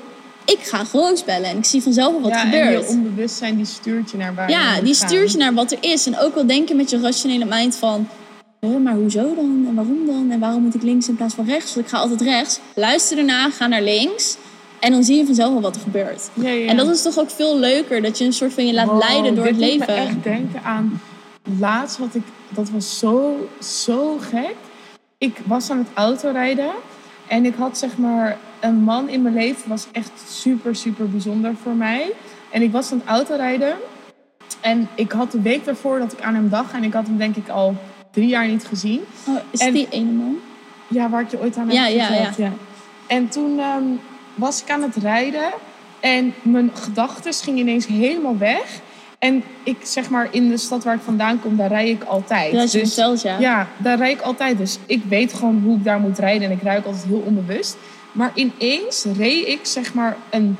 ik ga Roos bellen. En ik zie vanzelf al wat gebeurt. En je onbewustzijn die stuurt je naar waar Ja, die stuurt je naar wat er is. En ook al denk je met je rationele mind van... maar hoezo dan? En waarom dan? En waarom moet ik links in plaats van rechts? Want ik ga altijd rechts. Luister erna, ga naar links. En dan zie je vanzelf al wat er gebeurt. Ja. En dat is toch ook veel leuker. Dat je een soort van je laat leiden door het leven. Dit doet me echt denken aan... Laatst had ik... Dat was zo gek. Ik was aan het autorijden. En ik had zeg maar... Een man in mijn leven was echt super, super bijzonder voor mij. En ik was aan het autorijden. En ik had de week daarvoor dat ik aan hem dacht. En ik had hem denk ik al 3 jaar niet gezien. Oh, is die ene man? Ja, waar ik je ooit aan heb verteld. Ja. En toen was ik aan het rijden. En mijn gedachten gingen ineens helemaal weg. En ik zeg maar in de stad waar ik vandaan kom, daar rij ik altijd. Ja, dus, ja, daar rij ik altijd. Dus ik weet gewoon hoe ik daar moet rijden. En ik rij ook altijd heel onbewust. Maar ineens reed ik zeg maar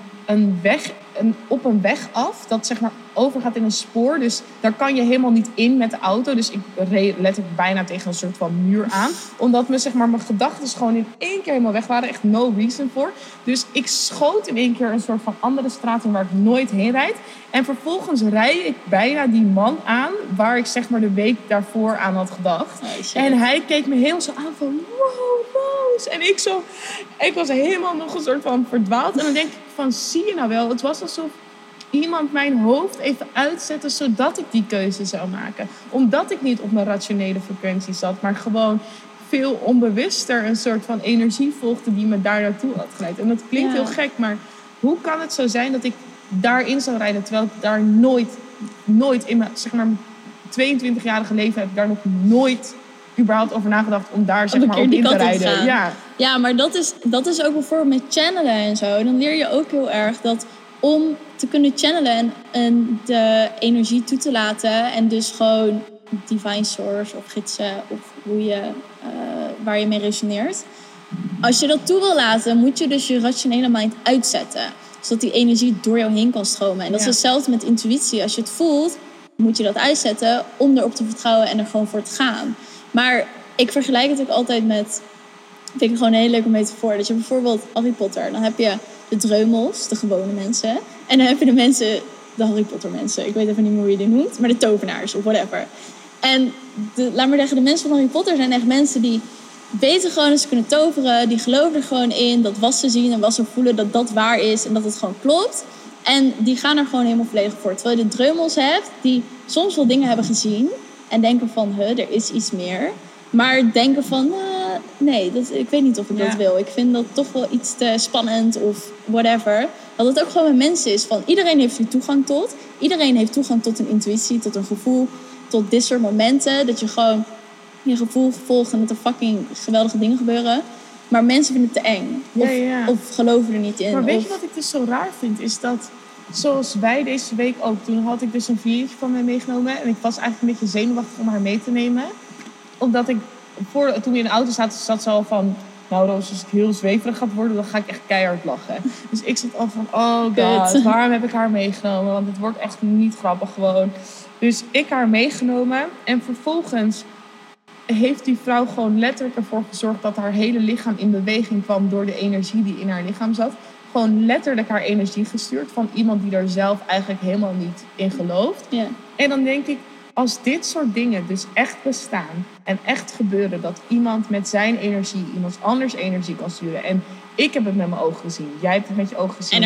op een weg af. Dat zeg maar overgaat in een spoor. Dus daar kan je helemaal niet in met de auto. Dus ik reed letterlijk bijna tegen een soort van muur aan. Omdat zeg maar, mijn gedachten gewoon in één keer helemaal weg waren. Echt no reason voor. Dus ik schoot in één keer een soort van andere straat in waar ik nooit heen rijd. En vervolgens rijd ik bijna die man aan. Waar ik zeg maar de week daarvoor aan had gedacht. Oh, en hij keek me heel zo aan van wow, Roos. En ik was helemaal nog een soort van verdwaald. En dan denk ik van zie je nou wel. Het was alsof iemand mijn hoofd even uitzette zodat ik die keuze zou maken. Omdat ik niet op mijn rationele frequentie zat, maar gewoon veel onbewuster een soort van energie volgde die me daar naartoe had geleid. En dat klinkt heel gek, maar hoe kan het zo zijn dat ik daarin zou rijden terwijl ik daar nooit in mijn, zeg maar, 22-jarige leven heb ik daar nog nooit überhaupt over nagedacht om daar zeg maar op in te rijden. Ja, maar dat is ook bijvoorbeeld met channelen en zo. Dan leer je ook heel erg dat om te kunnen channelen en de energie toe te laten en dus gewoon divine source of gidsen of waar je mee resoneert. Als je dat toe wil laten, moet je dus je rationele mind uitzetten. Zodat die energie door jou heen kan stromen. En dat is hetzelfde met intuïtie. Als je het voelt, moet je dat uitzetten om erop te vertrouwen en er gewoon voor te gaan. Maar ik vergelijk het ook altijd met, vind ik gewoon een hele leuke metafoor. Dat je bijvoorbeeld Harry Potter, dan heb je de dreumels, de gewone mensen. En dan heb je de mensen, de Harry Potter mensen. Ik weet even niet meer hoe je die noemt, maar de tovenaars of whatever. En laat maar zeggen, de mensen van Harry Potter zijn echt mensen die weten gewoon dat ze kunnen toveren. Die geloven er gewoon in dat wat ze zien en wat ze voelen, dat dat waar is en dat het gewoon klopt. En die gaan er gewoon helemaal volledig voor. Terwijl je de dreumels hebt die soms wel dingen hebben gezien en denken van, er is iets meer. Maar denken van, nee, ik weet niet of ik dat wil. Ik vind dat toch wel iets te spannend of whatever. Dat het ook gewoon een mens is van, iedereen heeft er toegang tot. Iedereen heeft toegang tot een intuïtie, tot een gevoel, tot dit soort momenten. Dat je gewoon je gevoel volgt en dat er fucking geweldige dingen gebeuren. Maar mensen vinden het te eng. Of geloven er niet in. Maar weet je wat ik dus zo raar vind? Is dat, zoals wij deze week ook, toen had ik dus een vriendje van mij meegenomen. En ik was eigenlijk een beetje zenuwachtig om haar mee te nemen. Omdat ik, toen we in de auto zaten, zat ze al van, nou Roos, als ik heel zweverig gaat worden, dan ga ik echt keihard lachen. Dus ik zat al van, oh god, waarom heb ik haar meegenomen? Want het wordt echt niet grappig gewoon. Dus ik haar meegenomen en vervolgens heeft die vrouw gewoon letterlijk ervoor gezorgd dat haar hele lichaam in beweging kwam door de energie die in haar lichaam zat. Gewoon letterlijk haar energie gestuurd van iemand die daar zelf eigenlijk helemaal niet in gelooft. Ja. En dan denk ik, als dit soort dingen dus echt bestaan en echt gebeuren, dat iemand met zijn energie iemands anders energie kan sturen. En ik heb het met mijn ogen gezien, jij hebt het met je ogen gezien.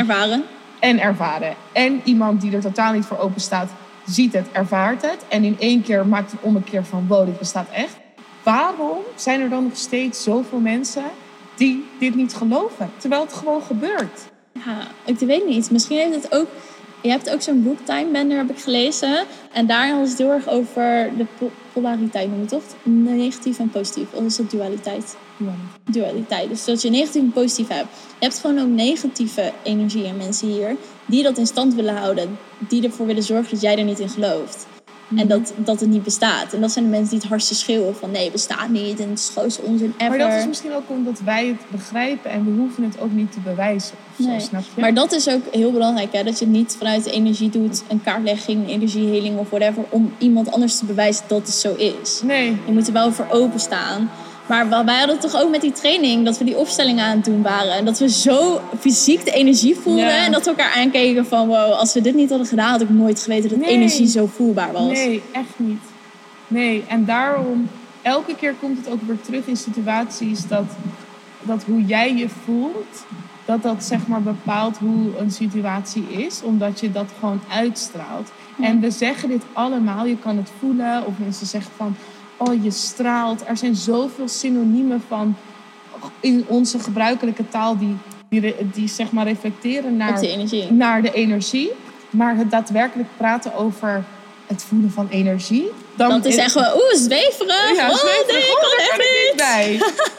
En ervaren. En iemand die er totaal niet voor open staat, ziet het, ervaart het. En in één keer maakt een ommekeer van, wow, dit bestaat echt. Waarom zijn er dan nog steeds zoveel mensen die dit niet geloven? Terwijl het gewoon gebeurt. Ja, ik weet niet. Misschien heeft het ook... Je hebt ook zo'n boek, Time Bender, heb ik gelezen. En daarin was het heel erg over de polariteit, noem je het toch? Negatief en positief. Of is dat dualiteit? Dualiteit. Dus dat je negatief en positief hebt. Je hebt gewoon ook negatieve energie en mensen hier die dat in stand willen houden. Die ervoor willen zorgen dat jij er niet in gelooft. En dat het niet bestaat. En dat zijn de mensen die het hardste schreeuwen van nee, het bestaat niet. En het is de grootste onzin ever. Maar dat is misschien ook omdat wij het begrijpen en we hoeven het ook niet te bewijzen. Nee. Zo, snap je? Maar dat is ook heel belangrijk. Hè? Dat je het niet vanuit de energie doet, een kaartlegging, een energieheling of whatever, om iemand anders te bewijzen dat het zo is. Nee. Je moet er wel voor openstaan. Maar wij hadden toch ook met die training... dat we die opstellingen aan het doen waren. En dat we zo fysiek de energie voelden. Ja. En dat we elkaar aankeken van... wow, als we dit niet hadden gedaan... had ik nooit geweten dat energie zo voelbaar was. Nee, echt niet. Nee, en daarom... elke keer komt het ook weer terug in situaties... dat hoe jij je voelt... dat zeg maar bepaalt hoe een situatie is. Omdat je dat gewoon uitstraalt. Ja. En we zeggen dit allemaal. Je kan het voelen. Of mensen zeggen van... oh, je straalt. Er zijn zoveel synoniemen van... in onze gebruikelijke taal... die zeg maar reflecteren naar de energie. Maar het daadwerkelijk praten over... het voelen van energie... Dan te zeggen we, zweverig. Ja, zweverig. Nee, ik kan echt niet bij.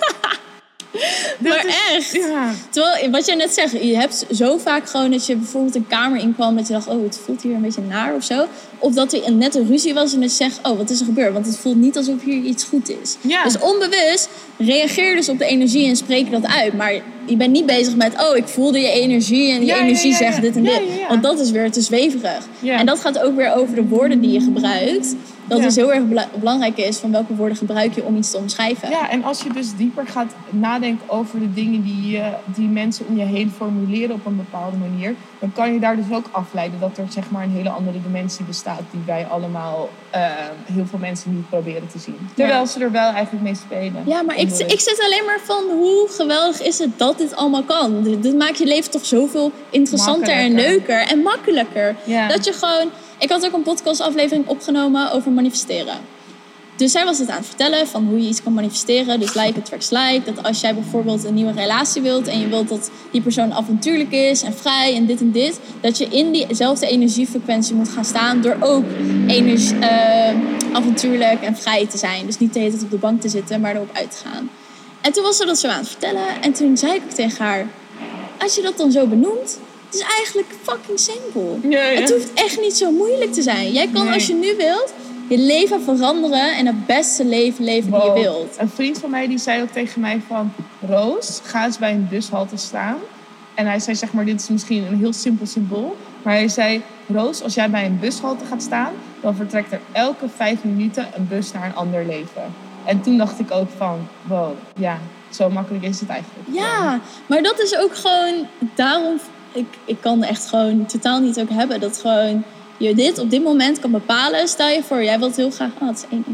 Maar echt. Ja. Terwijl, wat jij net zegt, je hebt zo vaak gewoon dat je bijvoorbeeld een kamer inkwam... dat je dacht, oh, het voelt hier een beetje naar of zo. Of dat er net een ruzie was en dat je zegt, oh, wat is er gebeurd? Want het voelt niet alsof hier iets goed is. Ja. Dus onbewust reageer je dus op de energie en spreek je dat uit. Maar je bent niet bezig met, oh, ik voelde je energie... en die energie zegt dit en dit. Want dat is weer te zweverig. Ja. En dat gaat ook weer over de woorden die je gebruikt... Dat dus heel erg belangrijk is van welke woorden gebruik je om iets te omschrijven. Ja, en als je dus dieper gaat nadenken over de dingen die mensen om je heen formuleren op een bepaalde manier, dan kan je daar dus ook afleiden dat er zeg maar een hele andere dimensie bestaat die wij allemaal, heel veel mensen niet proberen te zien. Terwijl ze er wel eigenlijk mee spelen. Ja, maar ik zit alleen maar van hoe geweldig is het dat dit allemaal kan. Dit maakt je leven toch zoveel interessanter en leuker en makkelijker. Ja. Dat je gewoon... Ik had ook een podcastaflevering opgenomen over manifesteren. Dus zij was het aan het vertellen van hoe je iets kan manifesteren. Dus like attracts like. Dat als jij bijvoorbeeld een nieuwe relatie wilt... en je wilt dat die persoon avontuurlijk is en vrij en dit... dat je in diezelfde energiefrequentie moet gaan staan... door ook avontuurlijk en vrij te zijn. Dus niet de hele tijd op de bank te zitten, maar erop uit te gaan. En toen was ze dat zo aan het vertellen. En toen zei ik ook tegen haar... als je dat dan zo benoemt... het is eigenlijk fucking simpel. Ja. Het hoeft echt niet zo moeilijk te zijn. Jij kan als je nu wilt je leven veranderen en het beste leven die je wilt. Een vriend van mij die zei ook tegen mij van... Roos, ga eens bij een bushalte staan. En hij zei zeg maar, dit is misschien een heel simpel symbool. Maar hij zei, Roos, als jij bij een bushalte gaat staan... dan vertrekt er elke 5 minuten een bus naar een ander leven. En toen dacht ik ook van, wow, ja, zo makkelijk is het eigenlijk. Ja, maar dat is ook gewoon daarom... Ik kan echt gewoon totaal niet ook hebben dat gewoon je dit op dit moment kan bepalen. Stel je voor, jij wilt heel graag... Oh, het is 1.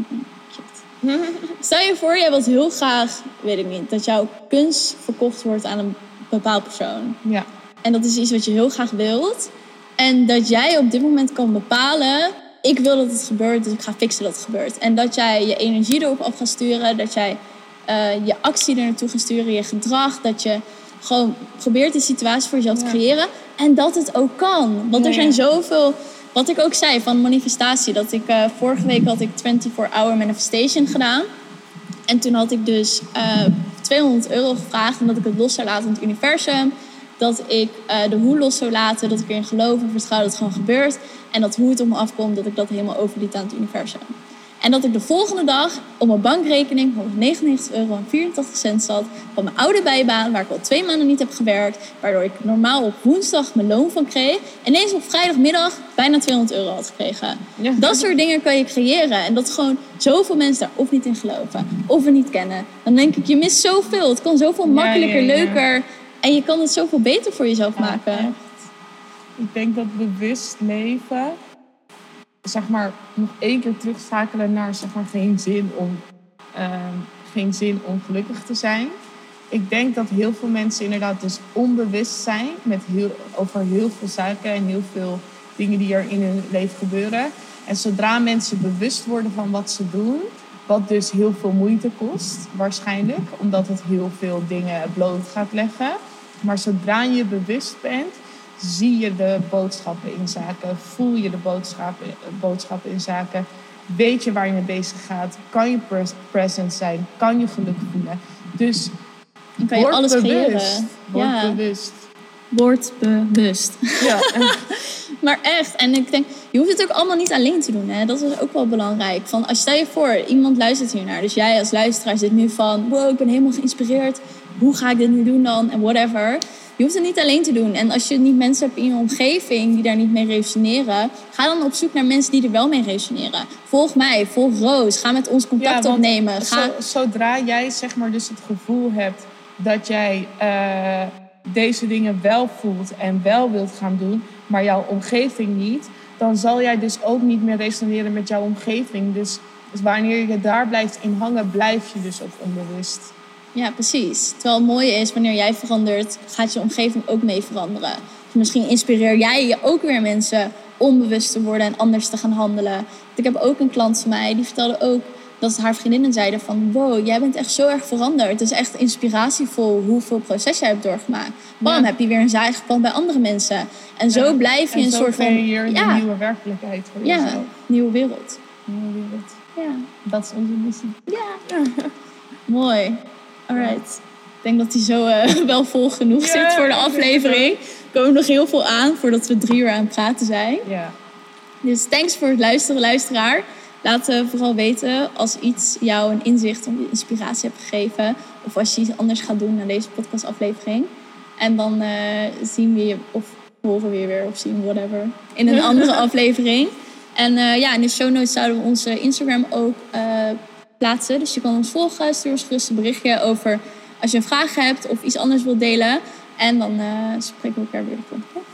Stel je voor, jij wilt heel graag, weet ik niet, dat jouw kunst verkocht wordt aan een bepaald persoon. Ja. En dat is iets wat je heel graag wilt. En dat jij op dit moment kan bepalen, ik wil dat het gebeurt, dus ik ga fixen dat het gebeurt. En dat jij je energie erop af gaat sturen, dat jij je actie er naartoe gaat sturen, je gedrag, dat je... gewoon probeert die situatie voor jezelf te creëren. En dat het ook kan. Want er zijn zoveel... Wat ik ook zei van manifestatie. Dat ik vorige week had ik 24-hour manifestation gedaan. En toen had ik dus €200 gevraagd. En dat ik het los zou laten in het universum. Dat ik de hoe los zou laten. Dat ik erin geloof en vertrouw dat het gewoon gebeurt. En dat hoe het op me afkomt. Dat ik dat helemaal overliet aan het universum. En dat ik de volgende dag op mijn bankrekening €199,84 zat. Van mijn oude bijbaan, waar ik al 2 maanden niet heb gewerkt. Waardoor ik normaal op woensdag mijn loon van kreeg. En ineens op vrijdagmiddag bijna €200 had gekregen. Ja. Dat soort dingen kan je creëren. En dat gewoon zoveel mensen daar of niet in geloven. Of er niet kennen. Dan denk ik, je mist zoveel. Het kan zoveel makkelijker, leuker. En je kan het zoveel beter voor jezelf maken. Echt. Ik denk dat bewust leven... zeg maar, nog 1 keer terugschakelen naar zeg maar, geen zin om gelukkig te zijn. Ik denk dat heel veel mensen inderdaad dus onbewust zijn over heel veel zaken en heel veel dingen die er in hun leven gebeuren. En zodra mensen bewust worden van wat ze doen, wat dus heel veel moeite kost, waarschijnlijk, omdat het heel veel dingen bloot gaat leggen. Maar zodra je bewust bent, zie je de boodschappen in zaken, voel je de boodschappen in zaken, weet je waar je mee bezig gaat, kan je present zijn, kan je geluk voelen. Dus kan je alles creëren. Word bewust. Ja. Maar echt, en ik denk, je hoeft het ook allemaal niet alleen te doen. Hè? Dat is ook wel belangrijk. Van, stel je voor, iemand luistert hiernaar. Dus jij als luisteraar zit nu van, wow, ik ben helemaal geïnspireerd. Hoe ga ik dit nu doen dan? En whatever. Je hoeft het niet alleen te doen. En als je niet mensen hebt in je omgeving die daar niet mee resoneren, ga dan op zoek naar mensen die er wel mee resoneren. Volg mij, volg Roos. Ga met ons contact opnemen. Zodra jij zeg maar dus het gevoel hebt dat jij deze dingen wel voelt en wel wilt gaan doen, maar jouw omgeving niet, dan zal jij dus ook niet meer resoneren met jouw omgeving. Dus wanneer je daar blijft in hangen, blijf je dus ook onbewust. Ja, precies. Terwijl het mooie is, wanneer jij verandert, gaat je omgeving ook mee veranderen. Dus misschien inspireer jij je ook weer mensen onbewust te worden en anders te gaan handelen. Ik heb ook een klant van mij, die vertelde ook dat haar vriendinnen zeiden van, wow, jij bent echt zo erg veranderd. Het is echt inspiratievol hoeveel proces jij hebt doorgemaakt. Bam, heb je weer een zaai geplant bij andere mensen. En zo blijf je een soort van... En zo een nieuwe werkelijkheid voor jezelf. Ja, nieuwe wereld. Nieuwe wereld. Ja. Dat is onze missie. Ja. Mooi. Alright. Ik denk dat die zo wel vol genoeg zit voor de aflevering. Er komen nog heel veel aan voordat we 3 uur aan het praten zijn. Ja. Dus thanks voor het luisteren, luisteraar. Laat vooral weten als iets jou een inzicht of inspiratie hebt gegeven. Of als je iets anders gaat doen naar deze podcastaflevering. En dan zien we je, of horen we je weer, of zien whatever, in een andere aflevering. En in de show notes zouden we onze Instagram ook plaatsen. Dus je kan ons volgen, stuur ons gerust een berichtje over als je een vraag hebt of iets anders wilt delen. En dan spreken we elkaar weer de volgende keer.